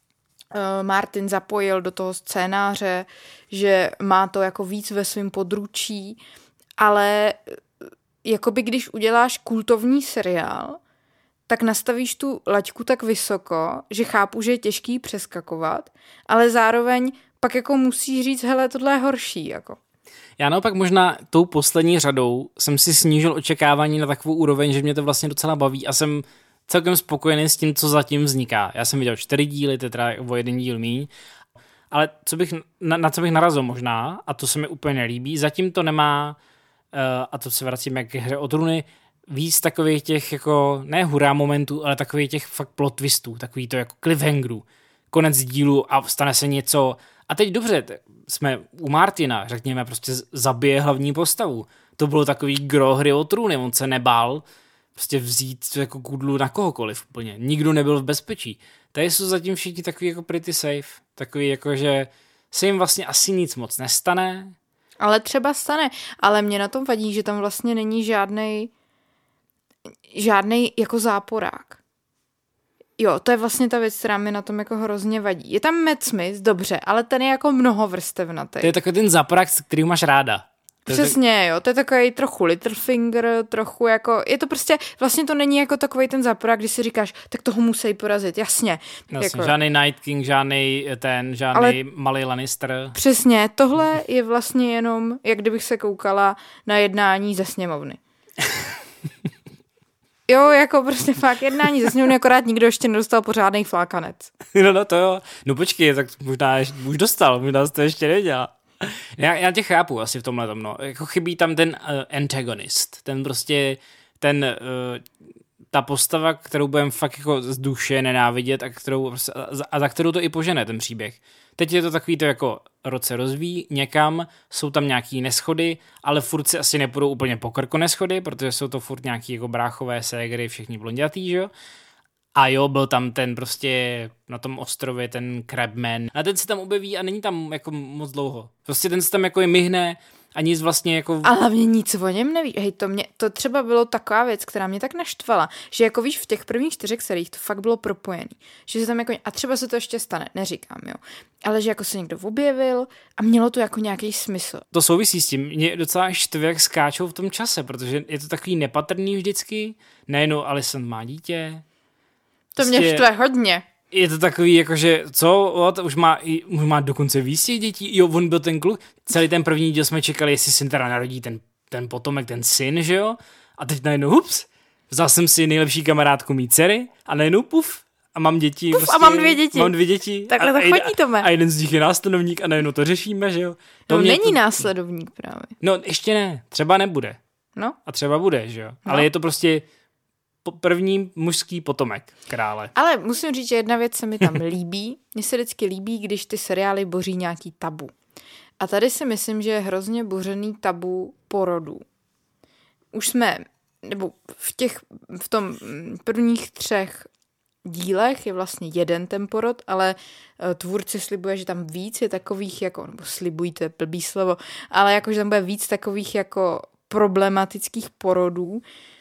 Martin zapojil do toho scénáře, že má to jako víc ve svém područí, ale jakoby když uděláš kultovní seriál, tak nastavíš tu laťku tak vysoko, že chápu, že je těžký přeskakovat, ale zároveň pak jako musí říct, hele, tohle je horší, jako. Já naopak možná tou poslední řadou jsem si snížil očekávání na takovou úroveň, že mě to vlastně docela baví a jsem celkem spokojený s tím, co zatím vzniká. Já jsem viděl čtyři díly, teda o jeden díl míň, ale co bych, na, na co bych narazil možná, a to se mi úplně nelíbí, zatím to nemá, uh, a to se vracíme k Hře o trůny, víc takových těch jako, ne hurá momentů, ale takových těch fakt plot twistů, takový to jako cliffhangerů, konec dílu a stane se něco. A teď dobře, jsme u Martina, řekněme, prostě zabije hlavní postavu. To bylo takový gro Hry o trůny, on se nebál prostě vzít jako kudlu na kohokoliv úplně. Nikdo nebyl v bezpečí. Tady jsou zatím všichni takový jako pretty safe, takový jako, že se jim vlastně asi nic moc nestane. Ale třeba stane, ale mě na tom vadí, že tam vlastně není žádnej žádnej jako záporák. Jo, to je vlastně ta věc, která mi na tom jako hrozně vadí. Je tam Matt Smith, dobře, ale ten je jako mnohovrstevnatý. To je takový ten záporák, který máš ráda. To Přesně, tak... jo, to je takový trochu Littlefinger, trochu jako, je to prostě, vlastně to není jako takový ten záporák, když si říkáš, tak toho musí porazit, jasně. Jasně, jako... žádnej Night King, žádnej ten, žádnej ale... malý Lannister. Přesně, tohle je vlastně jenom, jak kdybych se koukala na jednání ze sněmovny. Jo, jako prostě fakt jednání ze sněmovny, akorát nikdo ještě nedostal pořádnej flákanec. No, no to jo. No počkej, tak možná už dostal, možná to ještě nedělal. Já, já tě chápu asi v tomhle tom, no. Jako chybí tam ten uh, antagonist, ten prostě ten, uh, ta postava, kterou budeme fakt jako z duše nenávidět a, kterou, a za kterou to i požene ten příběh. Teď je to takový to jako rod se rozvíjí někam, jsou tam nějaký neschody, ale furt si asi nepůjdou úplně po krku neschody, protože jsou to furt nějaký jako bráchové ségry, všichni blondětý, že jo? A jo, byl tam ten prostě na tom ostrově, ten Crabman. A ten se tam objeví a není tam jako moc dlouho. Prostě ten se tam jako je myhne a nic vlastně jako... A hlavně nic o něm neví. Hej, to, mě, to třeba bylo taková věc, která mě tak naštvala, že jako víš, v těch prvních čtyřech seriích to fakt bylo propojený. Že se tam jako... A třeba se to ještě stane, neříkám, jo. Ale že jako se někdo objevil a mělo to jako nějaký smysl. To souvisí s tím. Mě docela štve, jak skáčou v tom čase, protože je to takový nepatrný vždycky. Nejenom Alicent má dítě. To mě prostě... štve hodně. Je to takový, jakože, co, what, už má, už má dokonce víc těch dětí, jo, on byl ten kluk, celý ten první díl jsme čekali, jestli se teda narodí ten, ten potomek, ten syn, že jo, a teď najednou, hups, vzal jsem si nejlepší kamarádku mý dcery a najednou puf, a mám děti. Puf, prostě, a mám dvě děti. Mám dvě děti. Takhle to chodí, Tome. A jeden z nich je následovník a najednou to řešíme, že jo. To no, není to... následovník právě. No, ještě ne, třeba nebude. No. A třeba bude, že jo, no. Ale je to prostě první mužský potomek krále. Ale musím říct, že jedna věc se mi tam líbí. Mně se vždycky líbí, když ty seriály boří nějaký tabu. A tady si myslím, že je hrozně bořený tabu porodů. Už jsme, nebo v těch, v tom prvních třech dílech je vlastně jeden ten porod, ale tvůrci slibuje, že tam víc je takových jako, nebo slibují, to je blbý slovo, ale jako, že tam bude víc takových jako problematických porodů.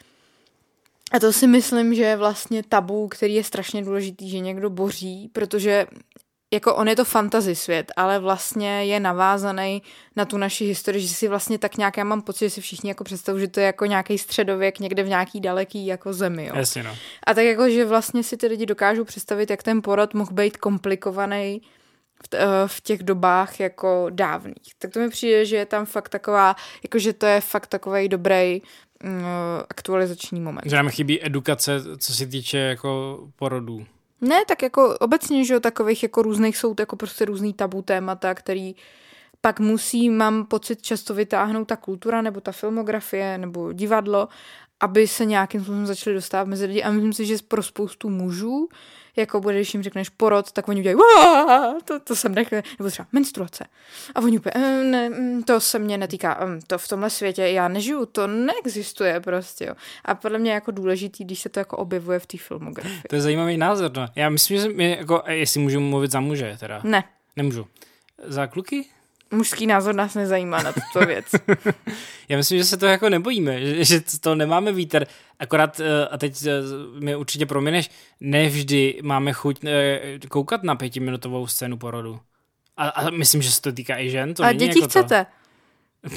A to si myslím, že je vlastně tabu, který je strašně důležitý, že někdo boří, protože jako on je to fantasy svět, ale vlastně je navázaný na tu naši historii, že si vlastně tak nějak, já mám pocit, že si všichni jako představují, že to je jako nějaký středověk někde v nějaký daleký jako zemi. Jo. Jasně, no. A tak jako, že vlastně si ty lidi dokážou představit, jak ten porod mohl být komplikovaný v, t- v těch dobách jako dávných. Tak to mi přijde, že je tam fakt taková, jako že to je fakt takovej dobrý aktualizační moment. Že nám chybí edukace, co se týče jako porodů. Ne, tak jako obecně, že jo, takových jako různých jsou jako prostě různý tabu témata, který pak musí, mám pocit, často vytáhnout ta kultura nebo ta filmografie nebo divadlo, aby se nějakým způsobem začaly dostávat mezi lidi. A myslím si, že pro spoustu mužů, jako bude, když jim řekneš porod, tak oni udělají, to, to jsem nechal, nebo třeba menstruace. A oni úplně, ne, to se mě netýká, to v tomhle světě já nežiju, to neexistuje prostě. Jo. A podle mě je jako důležitý, když se to jako objevuje v té filmografii. To je zajímavý názor, no. Já myslím, že jsem, jako, jestli můžu mluvit za muže, teda. Ne. Nemůžu. Za kluky? Mužský názor nás nezajímá na tuto věc. Já myslím, že se to jako nebojíme, že, že to nemáme vítr. Akorát, a teď mi určitě proměneš, nevždy máme chuť koukat na pětiminutovou scénu porodu. A, a myslím, že se to týká i žen. To a není děti jako chcete? To.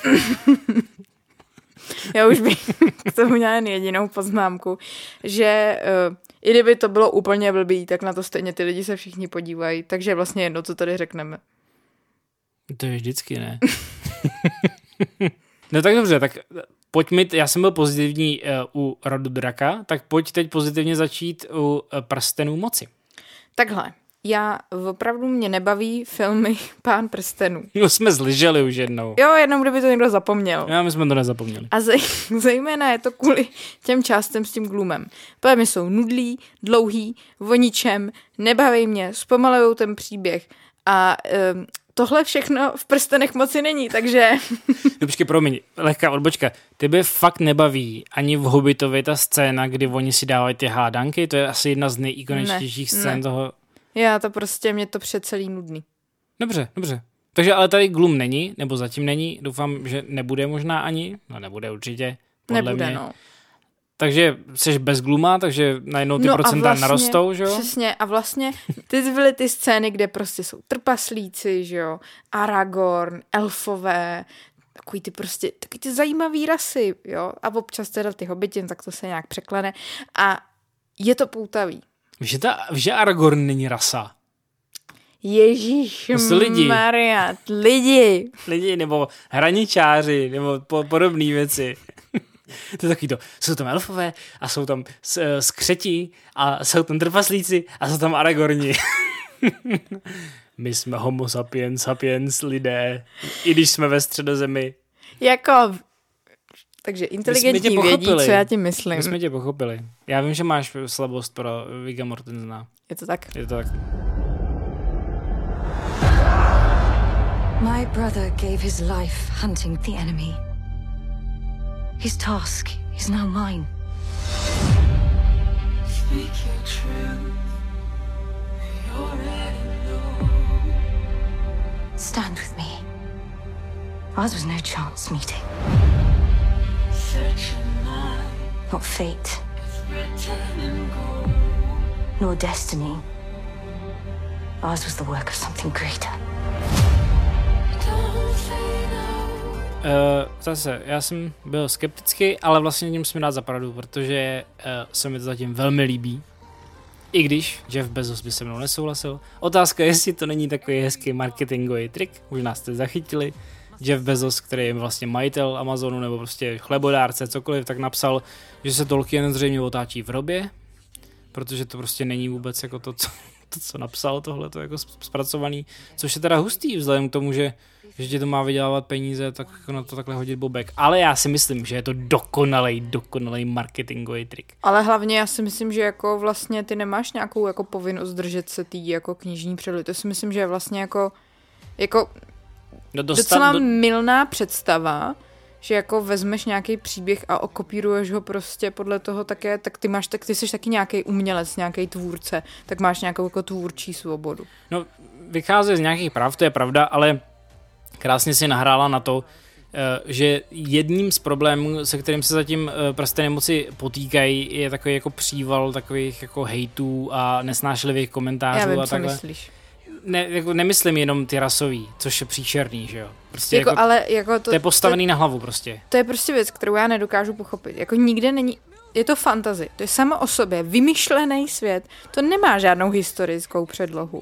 Já už bych k tomu měla jen jedinou poznámku, že uh, i kdyby to bylo úplně blbý, tak na to stejně ty lidi se všichni podívají. Takže vlastně jedno, co tady řekneme. To je vždycky, ne? No tak dobře, tak pojď mi, já jsem byl pozitivní uh, u Rodu draka, tak pojď teď pozitivně začít u uh, Prstenů moci. Takhle, já opravdu mě nebaví filmy Pán prstenů. No jsme zlyželi už jednou. Jo, jednou, kdyby to někdo zapomněl. Já, my jsme to nezapomněli. A zej, zejména je to kvůli těm částem s tím glumem. Filmy jsou nudlí, dlouhý, o ničem, nebaví mě, zpomalujou ten příběh a um, tohle všechno v Prstenech moci není, takže... No počkej, promiň, lehká odbočka. Tebe fakt nebaví ani v Hobbitovi ta scéna, kdy oni si dávají ty hádanky? To je asi jedna z nejikoničtějších scén ne. toho... Já to prostě, mě to přecelý nudný. Dobře, dobře. Takže ale tady glum není, nebo zatím není. Doufám, že nebude možná ani. No nebude určitě, podle Nebude, mě. no. Takže jsi bez gluma, takže najednou ty no procenta vlastně, narostou, že jo? Přesně, a vlastně ty byly ty scény, kde prostě jsou trpaslíci, že jo, Aragorn, elfové, takový ty prostě, takový ty zajímavý rasy, jo, a občas teda ty hobbiti, tak to se nějak překlene a je to poutavý. Víš, že, ta, víš, že Aragorn není rasa? Ježíš Maria, lidi. Lidi, nebo hraničáři, nebo po, podobné věci. To je takový to, jsou tam elfové a jsou tam skřeti a jsou tam trpaslíci a jsou tam Aragorni. My jsme homo sapiens, sapiens lidé, i když jsme ve Středozemi. Jako, Takže inteligentní vědí, co já tím myslím. My jsme tě pochopili. Já vím, že máš slabost pro Vigga Mortensena. Je to tak? Je to tak. My brother gave his life hunting the enemy. His task is now mine. Speak your truth. You already know. Stand with me. Ours was no chance meeting. Not fate. Nor destiny. Ours was the work of something greater. Uh, zase, já jsem byl skeptický, ale vlastně tím jsme dát za pravdu, protože uh, se mi to zatím velmi líbí. I když Jeff Bezos by se mnou nesouhlasil. Otázka je, jestli to není takový hezký marketingový trik, možná jste zachytili. Jeff Bezos, který je vlastně majitel Amazonu nebo prostě chlebodárce, cokoliv, tak napsal, že se Tolkien zřejmě otáčí v hrobě, protože to prostě není vůbec jako to, co, to, co napsal tohle, to jako zpracovaný, což je teda hustý vzhledem k tomu, že že ti to má vydělávat peníze, tak jako na to takhle hodit bobek. Ale já si myslím, že je to dokonalej, dokonalej marketingový trik. Ale hlavně já si myslím, že jako vlastně ty nemáš nějakou jako povinnost držet se tý jako knižní předlohy. To si myslím, že je vlastně jako, jako no dostat, docela do... mylná představa, že jako vezmeš nějaký příběh a okopíruješ ho prostě podle toho také, tak ty máš, tak ty jsi taky nějaký umělec, nějaký tvůrce, tak máš nějakou jako tvůrčí svobodu. No, vychází z nějakých práv, to je pravda, ale krásně si nahrála na to, že jedním z problémů, se kterým se zatím prstené moci potýkají, je takový jako příval takových jako hejtů a nesnášlivých komentářů. Já vím, a co takhle. myslíš. Ne, jako nemyslím jenom ty rasový, což je příšerný, že jo. Prostě jako, jako, ale jako to, to je postavený to, na hlavu prostě. To je prostě věc, kterou já nedokážu pochopit. Jako nikde není, je to fantasy, to je samo o sobě vymyšlený svět, to nemá žádnou historickou předlohu.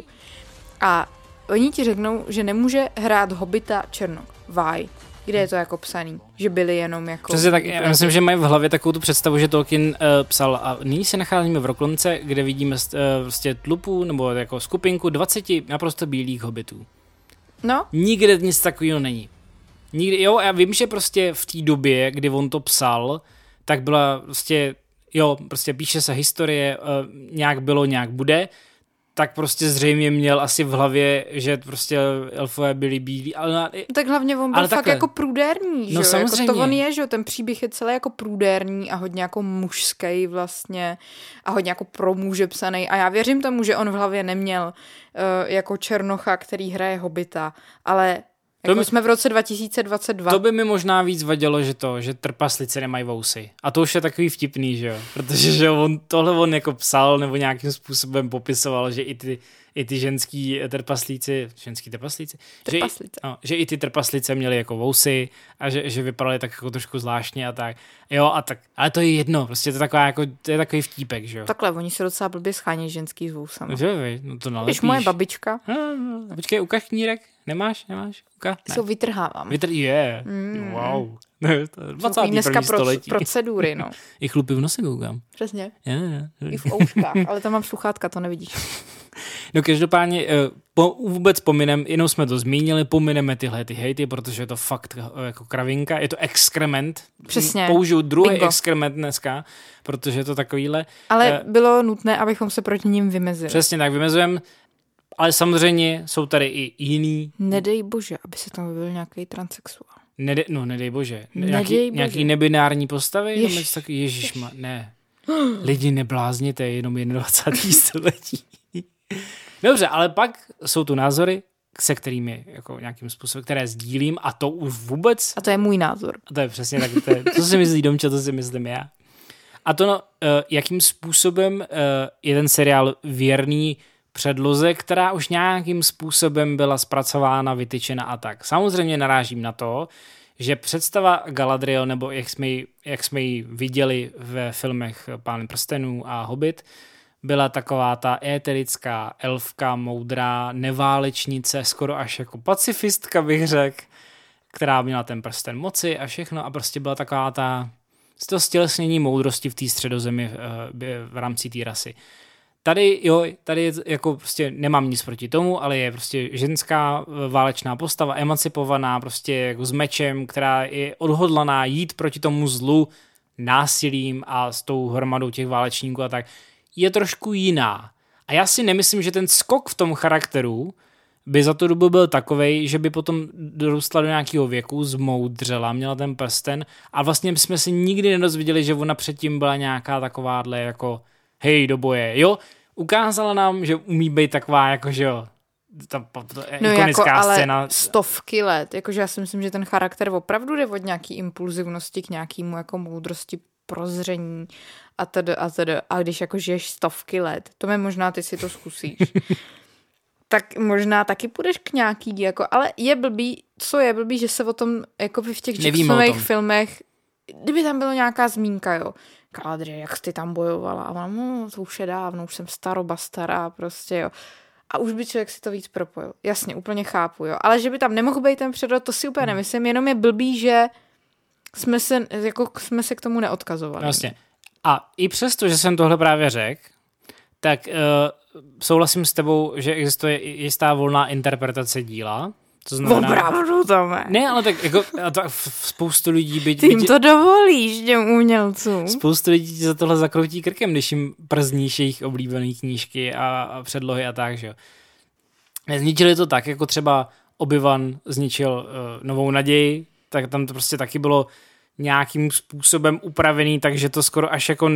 A oni ti řeknou, že nemůže hrát hobita černok. Why? Kde je to jako psaný? Že byli jenom jako... Přesně tak, já myslím, že mají v hlavě takovou tu představu, že Tolkien uh, psal a nyní se nacházíme v Roklonce, kde vidíme uh, vlastně tlupu nebo jako skupinku dvaceti naprosto bílých hobitů. No. Nikde nic takového není. Nikdy, jo, já vím, že prostě v té době, kdy on to psal, tak byla prostě, jo, prostě píše se historie, uh, nějak bylo, nějak bude, tak prostě zřejmě měl asi v hlavě, že prostě elfové byli bílí. Ale, tak hlavně on byl fakt takhle. jako průdérní, no, že samozřejmě. Jako to on je, že ten příběh je celý jako průdérní a hodně jako mužský vlastně a hodně jako pro muže psaný. A já věřím tomu, že on v hlavě neměl uh, jako černocha, který hraje hobita, ale jako my jsme v roce dva tisíce dvacet dva. To by mi možná víc vadilo, že to, že trpaslice nemají vousy. A to už je takový vtipný, že jo? Protože že on, tohle on jako psal nebo nějakým způsobem popisoval, že i ty, i ty ženský trpaslíci, ženský trpaslíci? Že i, no, že i ty trpaslice měly jako vousy a že, že vypadaly tak jako trošku zvláštně a tak. Jo, a tak, ale to je jedno, prostě to je, taková, jako, to je takový vtípek, že jo? Takhle, oni se docela blbě schání ženský s vousama. No, že vy, no to nalepíš. Víš, moje babička. No, no, počkej, ukaž knírek. Nemáš? Nemáš? Uka? Ne. Co vytrhávám. Vytr... Je. Yeah. Mm. Wow. dvacátý dneska první pro, století. procedury, no. I chlupy v nose koukám. Přesně. Yeah, yeah. I v ouškách, ale tam mám sluchátka, to nevidíš. No každopádně po, vůbec pominem, jenom jsme to zmínili, pomineme tyhle ty hejty, protože je to fakt jako kravinka, je to exkrement. Přesně. Použiju druhý Bingo. exkrement dneska, protože je to takovýhle. Ale uh, bylo nutné, abychom se proti ním vymezili. Přesně tak, vymezujeme. Ale samozřejmě jsou tady i jiný. Nedej bože, aby se tam objevil nějaký transsexuál. Nede, no, nedej bože. Nedej nějaký, bože. nějaký nebinární postavy? Ježiš. Tak, ježišma, ne. Lidi neblázněte, jenom dvacátého století. Dobře, ale pak jsou tu názory, se kterými jako nějakým způsobem, které sdílím a to už vůbec... A to je můj názor. A to je přesně tak, to je, co si myslí Domča, to si myslím já. A to, no, jakým způsobem je ten seriál věrný předloze, která už nějakým způsobem byla zpracována, vytyčena a tak. Samozřejmě narážím na to, že představa Galadriel, nebo jak jsme ji, jak jsme ji viděli ve filmech Pán prstenů a Hobbit, byla taková ta éterická elfka, moudrá, neválečnice, skoro až jako pacifistka bych řekl, která měla ten prsten moci a všechno a prostě byla taková ta to stělesnění moudrosti v té středozemi v, v rámci té rasy. Tady, jo, tady je jako prostě nemám nic proti tomu, ale je prostě ženská válečná postava, emancipovaná, prostě jako s mečem, která je odhodlaná jít proti tomu zlu násilím a s tou hromadou těch válečníků a tak. Je trošku jiná. A já si nemyslím, že ten skok v tom charakteru by za tu dobu byl takovej, že by potom dorůstla do nějakého věku, zmoudřela, měla ten prsten a vlastně jsme si nikdy nedozvěděli, že ona předtím byla nějaká takováhle jako hej, do boje, jo? Ukázala nám, že umí být taková jako, že jo, ta, ta, ta no ikonická jako, ale scéna. stovky let, jakože já si myslím, že ten charakter opravdu jde od nějaký impulzivnosti k nějakému jako moudrosti, prozření a tedy a tedy. A když jako žiješ stovky let, to mě možná ty si to zkusíš, tak možná taky půjdeš k nějaký, jako, ale je blbý, co je blbý, že se o tom jako v těch Jacksonových filmech, kdyby tam byla nějaká zmínka, jo, Galadriel, jak jsi tam bojovala a ona, no, to už je dávno, už jsem staroba stará, prostě, jo. A už by člověk si to víc propojil. Jasně, úplně chápu, jo. Ale že by tam nemohl být ten předrod, to si úplně hmm. nemyslím, jenom je blbý, že jsme se, jako, jsme se k tomu neodkazovali. Vlastně. A i přesto, že jsem tohle právě řekl, tak uh, souhlasím s tebou, že existuje jistá volná interpretace díla. To znamená, opravdu, Tome. Ne, ale tak jako a to spoustu lidí by... Ty jim to dovolíš, těm umělcům. Spoustu lidí za tohle zakroutí krkem, když jim przníš jejich oblíbené knížky a, a předlohy a tak, že jo. Zničili to tak, jako třeba Obi-Wan zničil uh, Novou naději, tak tam to prostě taky bylo nějakým způsobem upravený, takže to skoro až jako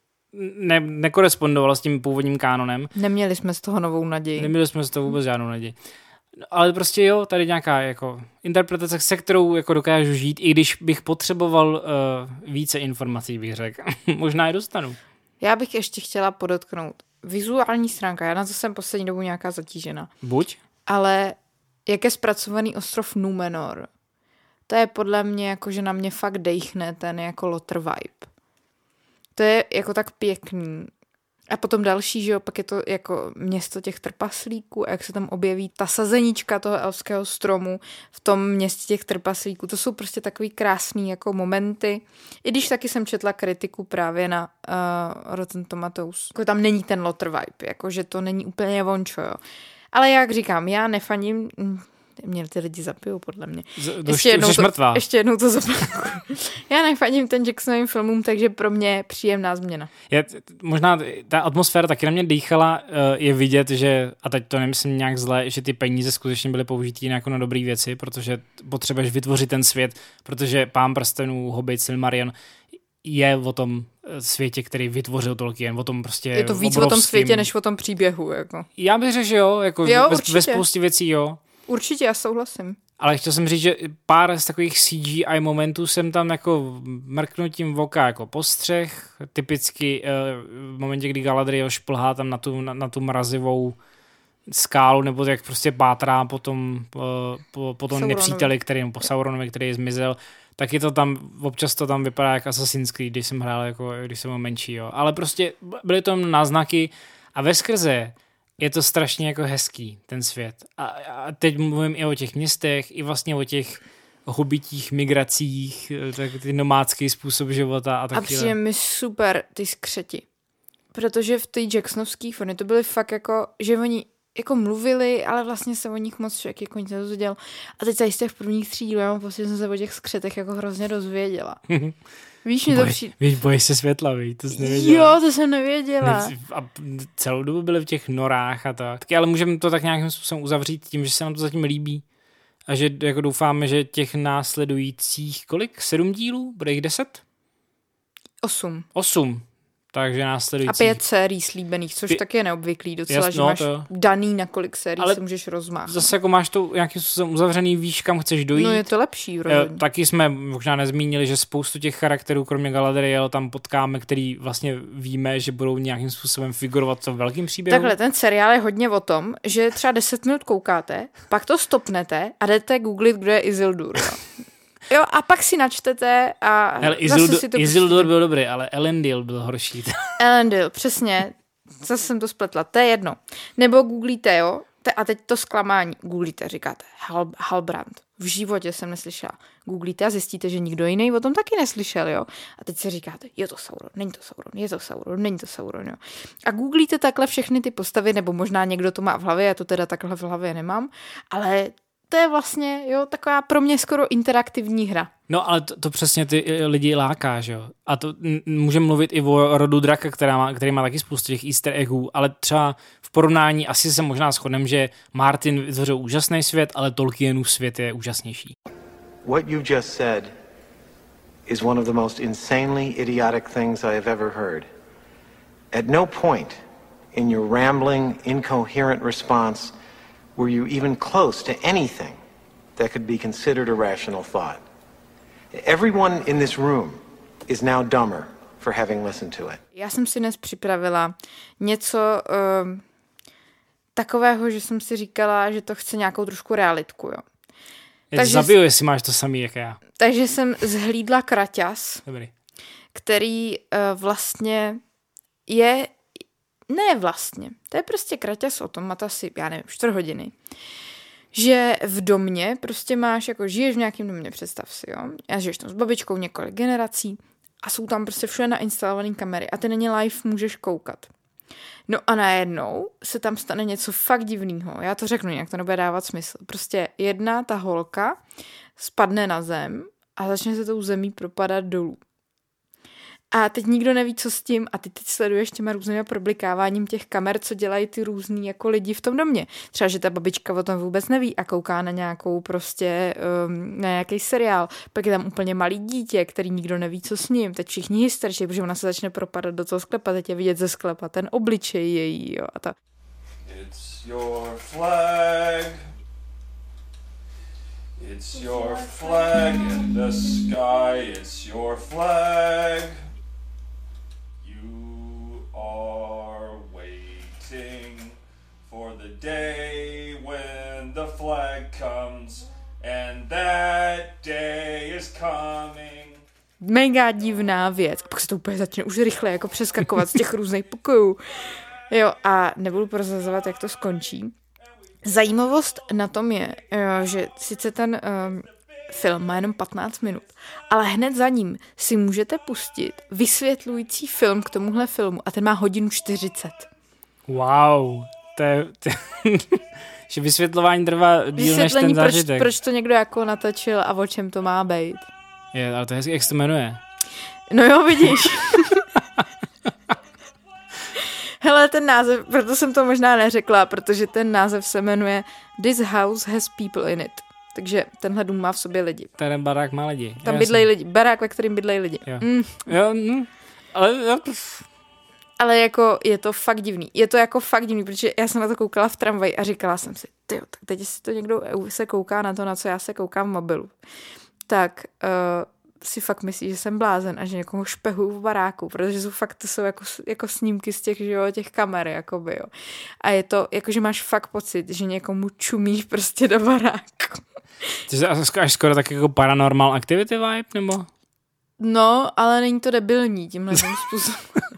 ne, nekorespondovalo s tím původním kánonem. Neměli jsme z toho Novou naději. Neměli jsme z toho vůbec žádnou naději. No, ale prostě jo, tady nějaká jako interpretace, se kterou jako dokážu žít, i když bych potřeboval uh, více informací, bych řekl. Možná je dostanu. Já bych ještě chtěla podotknout. Vizuální stránka, já na to jsem poslední dobu nějaká zatížena. Buď. Ale jak je zpracovaný ostrov Númenor, to je podle mě jako, že na mě fakt dejchne ten jako Lotr vibe. To je jako tak pěkný. A potom další, že jo, pak je to jako město těch trpaslíků a jak se tam objeví ta sazenička toho elfského stromu v tom městě těch trpaslíků. To jsou prostě takový krásný jako momenty. I když taky jsem četla kritiku právě na uh, Rotten Tomatoes. Jako tam není ten Lotr vibe, jako že to není úplně vončo, jo. Ale jak říkám, já nefaním... Mě ty lidi zapijou, podle mě. Z, ještě, jednou to, ještě jednou to zopakuju. Já nefaním ten Jacksonovým filmům, takže pro mě příjemná změna. Je, možná ta atmosféra taky na mě dýchala, je vidět, že, a teď to nemyslím nějak zle, že ty peníze skutečně byly použitý jako na dobré věci, protože potřebuješ vytvořit ten svět, protože Pán prstenů, Hobbit, Silmarillion je o tom světě, který vytvořil Tolkien, o tom prostě je to víc obrovským... o tom světě, než o tom příběhu. Jako. Já bych řekl, že jo, jako jo ve, ve spoustě věcí, jo. Určitě, já souhlasím. Ale chtěl jsem říct, že pár z takových C G I momentů jsem tam jako mrknutím oka jako postřeh, typicky uh, v momentě, kdy Galadriel šplhá tam na tu, na, na tu mrazivou skálu, nebo jak prostě pátrá po tom, uh, po, po tom nepříteli, který, po Sauronovi, který zmizel, tak je to tam, občas to tam vypadá jako Assassin's Creed, když jsem hrál, jako, když jsem byl menší, jo. Ale prostě byly tam náznaky a veskrze je to strašně jako hezký, ten svět. A, a teď mluvím i o těch městech, i vlastně o těch hobitích, migracích, tak ty nomádský způsob života a tak. A přijde mi super ty skřeti. Protože v té Jacksonovské filmy to byly fakt jako, že oni jako mluvili, ale vlastně se o nich moc člověk jako nic nedozvěděl. A teď zajistě v prvních tří dílů, já mám pocit, že jsem se o těch skřetech jako hrozně dozvěděla. Víš, mě to přijde... Víš, bojíš se světla, víš, to jsi nevěděla. Jo, to jsem nevěděla. A celou dobu byly v těch norách a tak. Taky, ale můžeme to tak nějakým způsobem uzavřít tím, že se nám to zatím líbí. A že jako doufáme, že těch následujících, kolik? Sedm dílů? Bude jich deset? Osm. Osm. Takže následující. A pět sérií slíbených, což Pě... taky je neobvyklý docela, Jas, že no, máš to... daný, na kolik sérií ale se můžeš rozmáhat. Zase jako máš to nějakým způsobem uzavřený, víš, kam chceš dojít. No je to lepší, rozhodně. Taky jsme možná nezmínili, že spoustu těch charakterů, kromě Galadriel, tam potkáme, který vlastně víme, že budou nějakým způsobem figurovat v velkým příběhu. Takhle, ten seriál je hodně o tom, že třeba deset minut koukáte, pak to stopnete a jdete googlit, kdo je Isildur. Jo. Jo, a pak si načtete a hele, Isildur, si to Isildur byl dobrý, ale Elendil byl horší. Elendil, přesně. Zase jsem to spletla, to je jedno. Nebo googlíte, jo, te, a teď to zklamání. Googlíte, říkáte Hal, Halbrand. V životě jsem neslyšela. Googlíte a zjistíte, že nikdo jiný o tom taky neslyšel, jo. A teď si říkáte, je to Sauron, není to Sauron, je to Sauron, není to Sauron, jo. A googlíte takhle všechny ty postavy, nebo možná někdo to má v hlavě, já to teda takhle v hlavě nemám, ale to je vlastně, jo, taková pro mě skoro interaktivní hra. No, ale to, to přesně ty lidi láká, že jo. A to m- můžeme mluvit i o rodu draka, která má, který má taky spoustu těch easter eggů, ale třeba v porovnání asi se možná shodneme, že Martin vytvořil úžasný svět, ale Tolkienův svět je úžasnější. What you just said is one of the most insanely idiotic things I have ever heard. At no point in your rambling, incoherent response were you even close to anything that could be considered a rational thought. Everyone in this room is now dumber for having listened to it. Já jsem si dnes připravila něco uh, takového, že jsem si říkala, že to chce nějakou trošku realitku, jo. Takže zabiju, jestli máš to samý, jak já. Takže jsem zhlídla kraťas, Dobrý. který uh, vlastně je, ne vlastně, to je prostě kraťas o tom, má to asi, já nevím, čtvrt hodiny, že v domě prostě máš, jako žiješ v nějakém domě, představ si, jo, a žiješ tam s babičkou několik generací a jsou tam prostě všude nainstalované kamery a ty na ně live můžeš koukat. No a najednou se tam stane něco fakt divného. Já to řeknu, nějak to nebude dávat smysl. Prostě jedna, ta holka, spadne na zem a začne se tou zemí propadat dolů. A teď nikdo neví, co s tím a ty teď sleduješ těma různými problikáváním těch kamer, co dělají ty různý jako lidi v tom domě. Třeba, že ta babička o tom vůbec neví a kouká na nějakou prostě, um, na nějaký seriál. Pak je tam úplně malý dítě, který nikdo neví, co s ním. Teď všichni hysterčí, protože ona se začne propadat do toho sklepa, teď je vidět ze sklepa ten obličej její, jo, a ta. It's your flag. It's your flag in the sky. It's your flag. Are waiting for the day when the flag comes, and that day is coming. Mega divná věc. A pak se to úplně začne už rychle jako přeskakovat z těch různých pokojů. Jo, a nebudu prozrazovat, jak to skončí. Zajímavost na tom je, že sice ten um, film má jenom patnáct minut, ale hned za ním si můžete pustit vysvětlující film k tomuhle filmu a ten má hodinu čtyřicet. Wow, to je... To je že vysvětlování trvá díl než ten zážitek. Proč, proč to někdo jako natočil a o čem to má být. Je, ale to je hezky, jak se to jmenuje. No jo, vidíš. Hele, ten název, proto jsem to možná neřekla, protože ten název se jmenuje This House Has People in It. Takže tenhle dům má v sobě lidi. Ten barák má lidi. Tam bydlejí lidi. Barák, ve kterým bydlejí lidi. Jo. Mm. Jo, no. Ale, jo. Ale jako je to fakt divný. Je to jako fakt divný, protože já jsem na to koukala v tramvaji a říkala jsem si, tyjo, tak teď si to někdo se kouká na to, na co já se koukám v mobilu, tak uh, si fakt myslí, že jsem blázen a že někoho špehuju v baráku, protože jsou fakt, to jsou jako, jako snímky z těch, že jo, těch kamer, jakoby, jo. A je to, jako, že máš fakt pocit, že někomu čumíš prostě do baráku. To je až skoro tak jako Paranormal Activity vibe, nebo? No, ale není to debilní tímhle způsobem.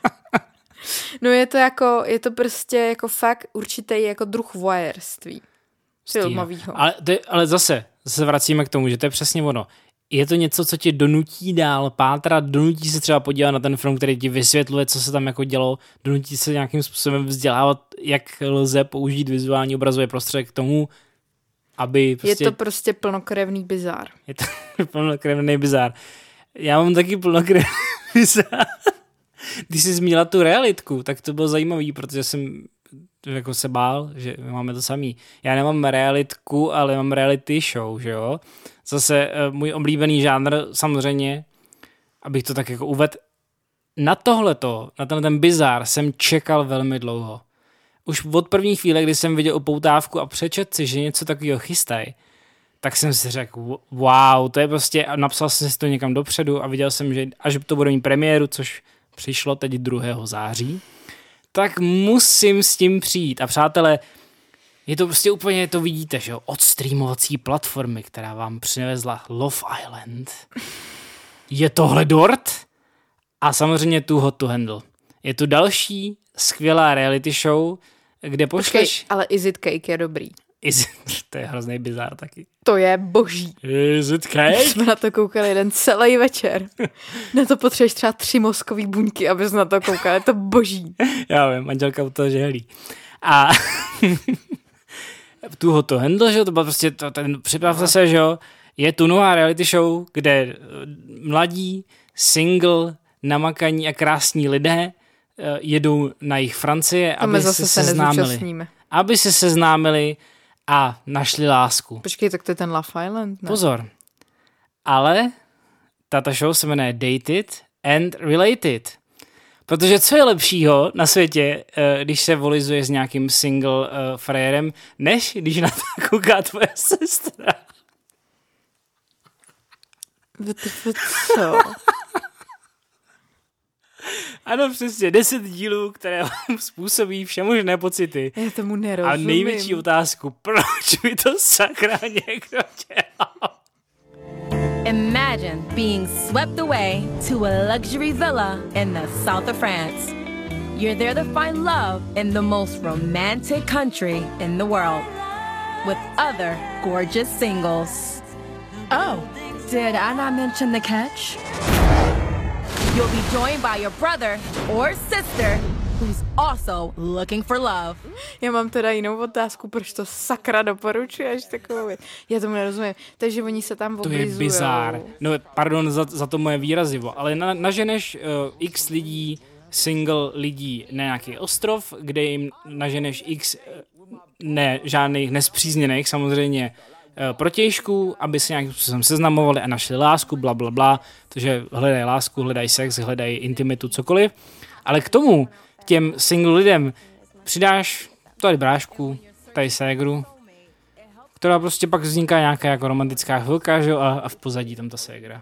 No je to jako, je to prostě jako fakt určitý jako druh voyeurství filmovýho. Ale, ale zase, zase vracíme k tomu, že to je přesně ono. Je to něco, co tě donutí dál pátrat, donutí se třeba podívat na ten film, který ti vysvětluje, co se tam jako dělo, donutí se nějakým způsobem vzdělávat, jak lze použít vizuální obrazové prostředek k tomu, aby prostě... Je to prostě plnokrevný bizár. Je to plnokrevný bizár. Já mám taky plnokrevný bizár. Když jsi zmínila tu realitku, tak to bylo zajímavý, protože jsem jako se bál, že máme to samý. Já nemám realitku, ale mám reality show, že jo. Zase můj oblíbený žánr, samozřejmě, abych to tak jako uvedl, na tohleto, na ten, ten bizár jsem čekal velmi dlouho. Už od první chvíle, kdy jsem viděl upoutávku a přečet si, že něco takového chystají, tak jsem si řekl, wow, to je prostě, napsal jsem si to někam dopředu a viděl jsem, že až to bude mít premiéru, což přišlo teď druhého září, tak musím s tím přijít. A přátelé, je to prostě úplně, to vidíte, že jo, od streamovací platformy, která vám přivezla Love Island. Je tohle dort? A samozřejmě Too Hot to Handle. Je tu další skvělá reality show, kde pošleš... Počkej, ale Is It Cake je dobrý. Is it, to je hrozný bizár taky. To je boží. Is it cake? Jsme na to koukali jeden celý večer. Na to potřebuješ třeba tři mozkový buňky, abys na to koukal. Je to boží. Já vím, manželka u toho žehlí. A tu Hoto Handle, že jo, to bylo prostě, to, ten, připravte se, že jo, je tu nová reality show, kde mladí, single, namakaní a krásní lidé jedou na jich Francie, aby se, se seznámili. Aby se seznámili a našli lásku. Počkej, tak to je ten Love Island, ne? Pozor. Ale tato show se jmenuje Dated and Related. Protože co je lepšího na světě, když se volizuje s nějakým single uh, frérem, než když na to kouká tvoje sestra. Co? Ano, přesně, deset dílů, které vám způsobí všemožné pocity. Já tomu nerozumím. A největší otázku, proč mi to sakra někdo dělal? Imagine being swept away to a luxury villa in the south of France. You're there to find love in the most romantic country in the world with other gorgeous singles. Oh, did I not mention the catch? You'll be joined by your brother or sister who's also looking for love. Já mám teda jinou otázku, proč to sakra doporučuješ takovou věc. Já tomu nerozumím. Takže oni se tam oblizujou. To je bizár. No, pardon za, za to moje výrazivo, ale na, naženeš uh, x lidí, single lidí na nějaký ostrov, kde jim naženeš x, uh, ne, žádných nespřízněných, samozřejmě uh, protějšků, aby se nějakým způsobem seznamovali a našli lásku, bla, bla, bla. Takže hledají lásku, hledají sex, hledají intimitu, cokoliv. Ale k tomu těm single lidem přidáš tady brášku, tady ségru, která prostě pak vzniká nějaká jako romantická chvilka, že jo, a, a v pozadí tam ta ségra.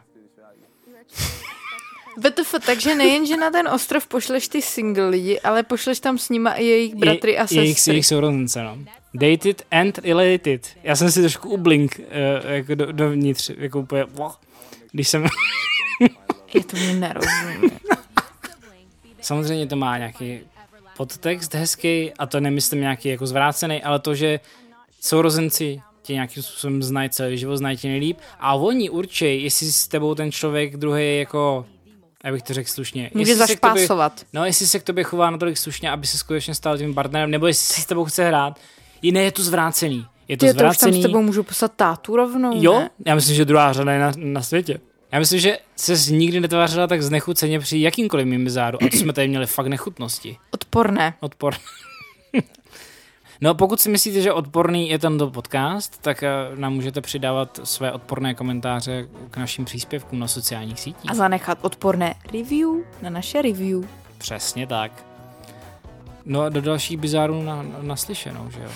W T F, takže nejen, že na ten ostrov pošleš ty single lidi, ale pošleš tam s nima i jejich bratry Je, a sestry. Jejich, jejich sourozence, no. Dated and related. Já jsem si trošku ublink uh, jako do, dovnitř, jako úplně, wow, když jsem... Já tomu nerozumím. Samozřejmě to má nějaký podtext hezký a to nemyslím nějaký jako zvrácený, ale to, že sourozenci tě nějakým způsobem znají celý život, znají tě nejlíp a oni určej, jestli s tebou ten člověk druhý je jako, jak bych to řekl slušně. Může zašpásovat. No, jestli se k tobě chová natolik slušně, aby se skutečně stal tím partnerem, nebo jestli s tebou chce hrát. Jiné je to zvrácený. Je to Ty, zvrácený. To už tam s tebou můžu poslat tátu rovnou, Jo, ne? Já myslím, že druhá řada je na, na světě. Já myslím, že ses nikdy netvářila tak znechuceně při jakýmkoliv mým bizáru. A to jsme tady měli fakt nechutnosti. Odporné. Odporné. No pokud si myslíte, že odporný je tento podcast, tak nám můžete přidávat své odporné komentáře k našim příspěvkům na sociálních sítích. A zanechat odporné review na naše review. Přesně tak. No a do dalších bizárů na, na, naslyšenou, že jo?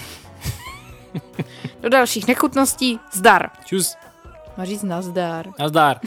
Do dalších nechutností zdar. Čus. Má říct nazdar. Nazdar.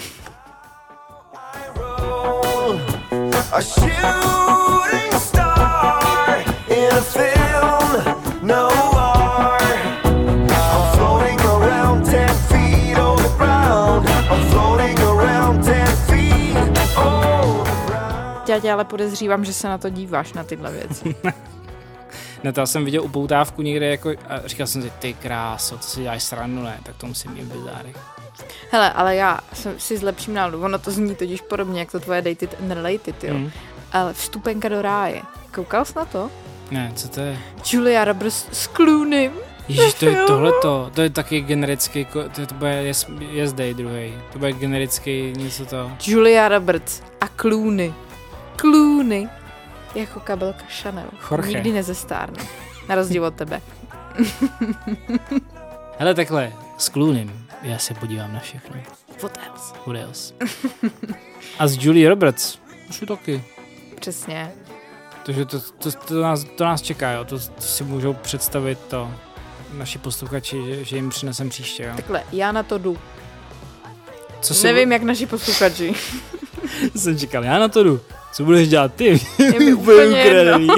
A shooting star in a film noir. I'm floating around ten feet over ground. I'm floating around ten feet over ground. Já tě ale podezřívám, že se na to díváš, na tyhle věci. Ne, to já jsem viděl upoutávku někde jako, a říkal jsem si, ty kráso, co si děláš srandu, ne, tak to musím mít bizárek. Hele, ale já jsem si zlepším náladu, ono to zní totiž podobně, jak to tvoje Dated and Related, jo. Mm. Ale Vstupenka do ráje. Koukal jsi na to? Ne, co to je? Julia Roberts s Clooneym. Ježiš, to je tohleto, to je taky generický, to, je, to bude yes, yes Day druhý, to bude generický něco to. Julia Roberts a Clooney. Clooney. Jako kabelka Chanel. Jorge. Nikdy nezestárne. Na rozdíl od tebe. Hele, takhle, s Clooneym já se podívám na všechno. What else? What else? A s Julia Roberts už taky. Přesně. Takže to, to, to, nás, to nás čeká, jo. To, to si můžou představit to naši posluchači, že, že jim přinesem příště. Jo. Takhle, já na to jdu. Co si Nevím, bu... jak naši posluchači. Jsem čekal, já na to jdu. Co budeš dělat ty? Je mi úplně jedno.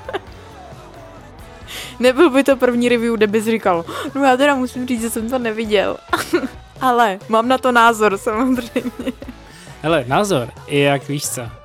Nebyl by to první review, kde bys říkal, no já teda musím říct, že jsem to neviděl. Ale mám na to názor, samozřejmě. Hele, názor je jak víš co.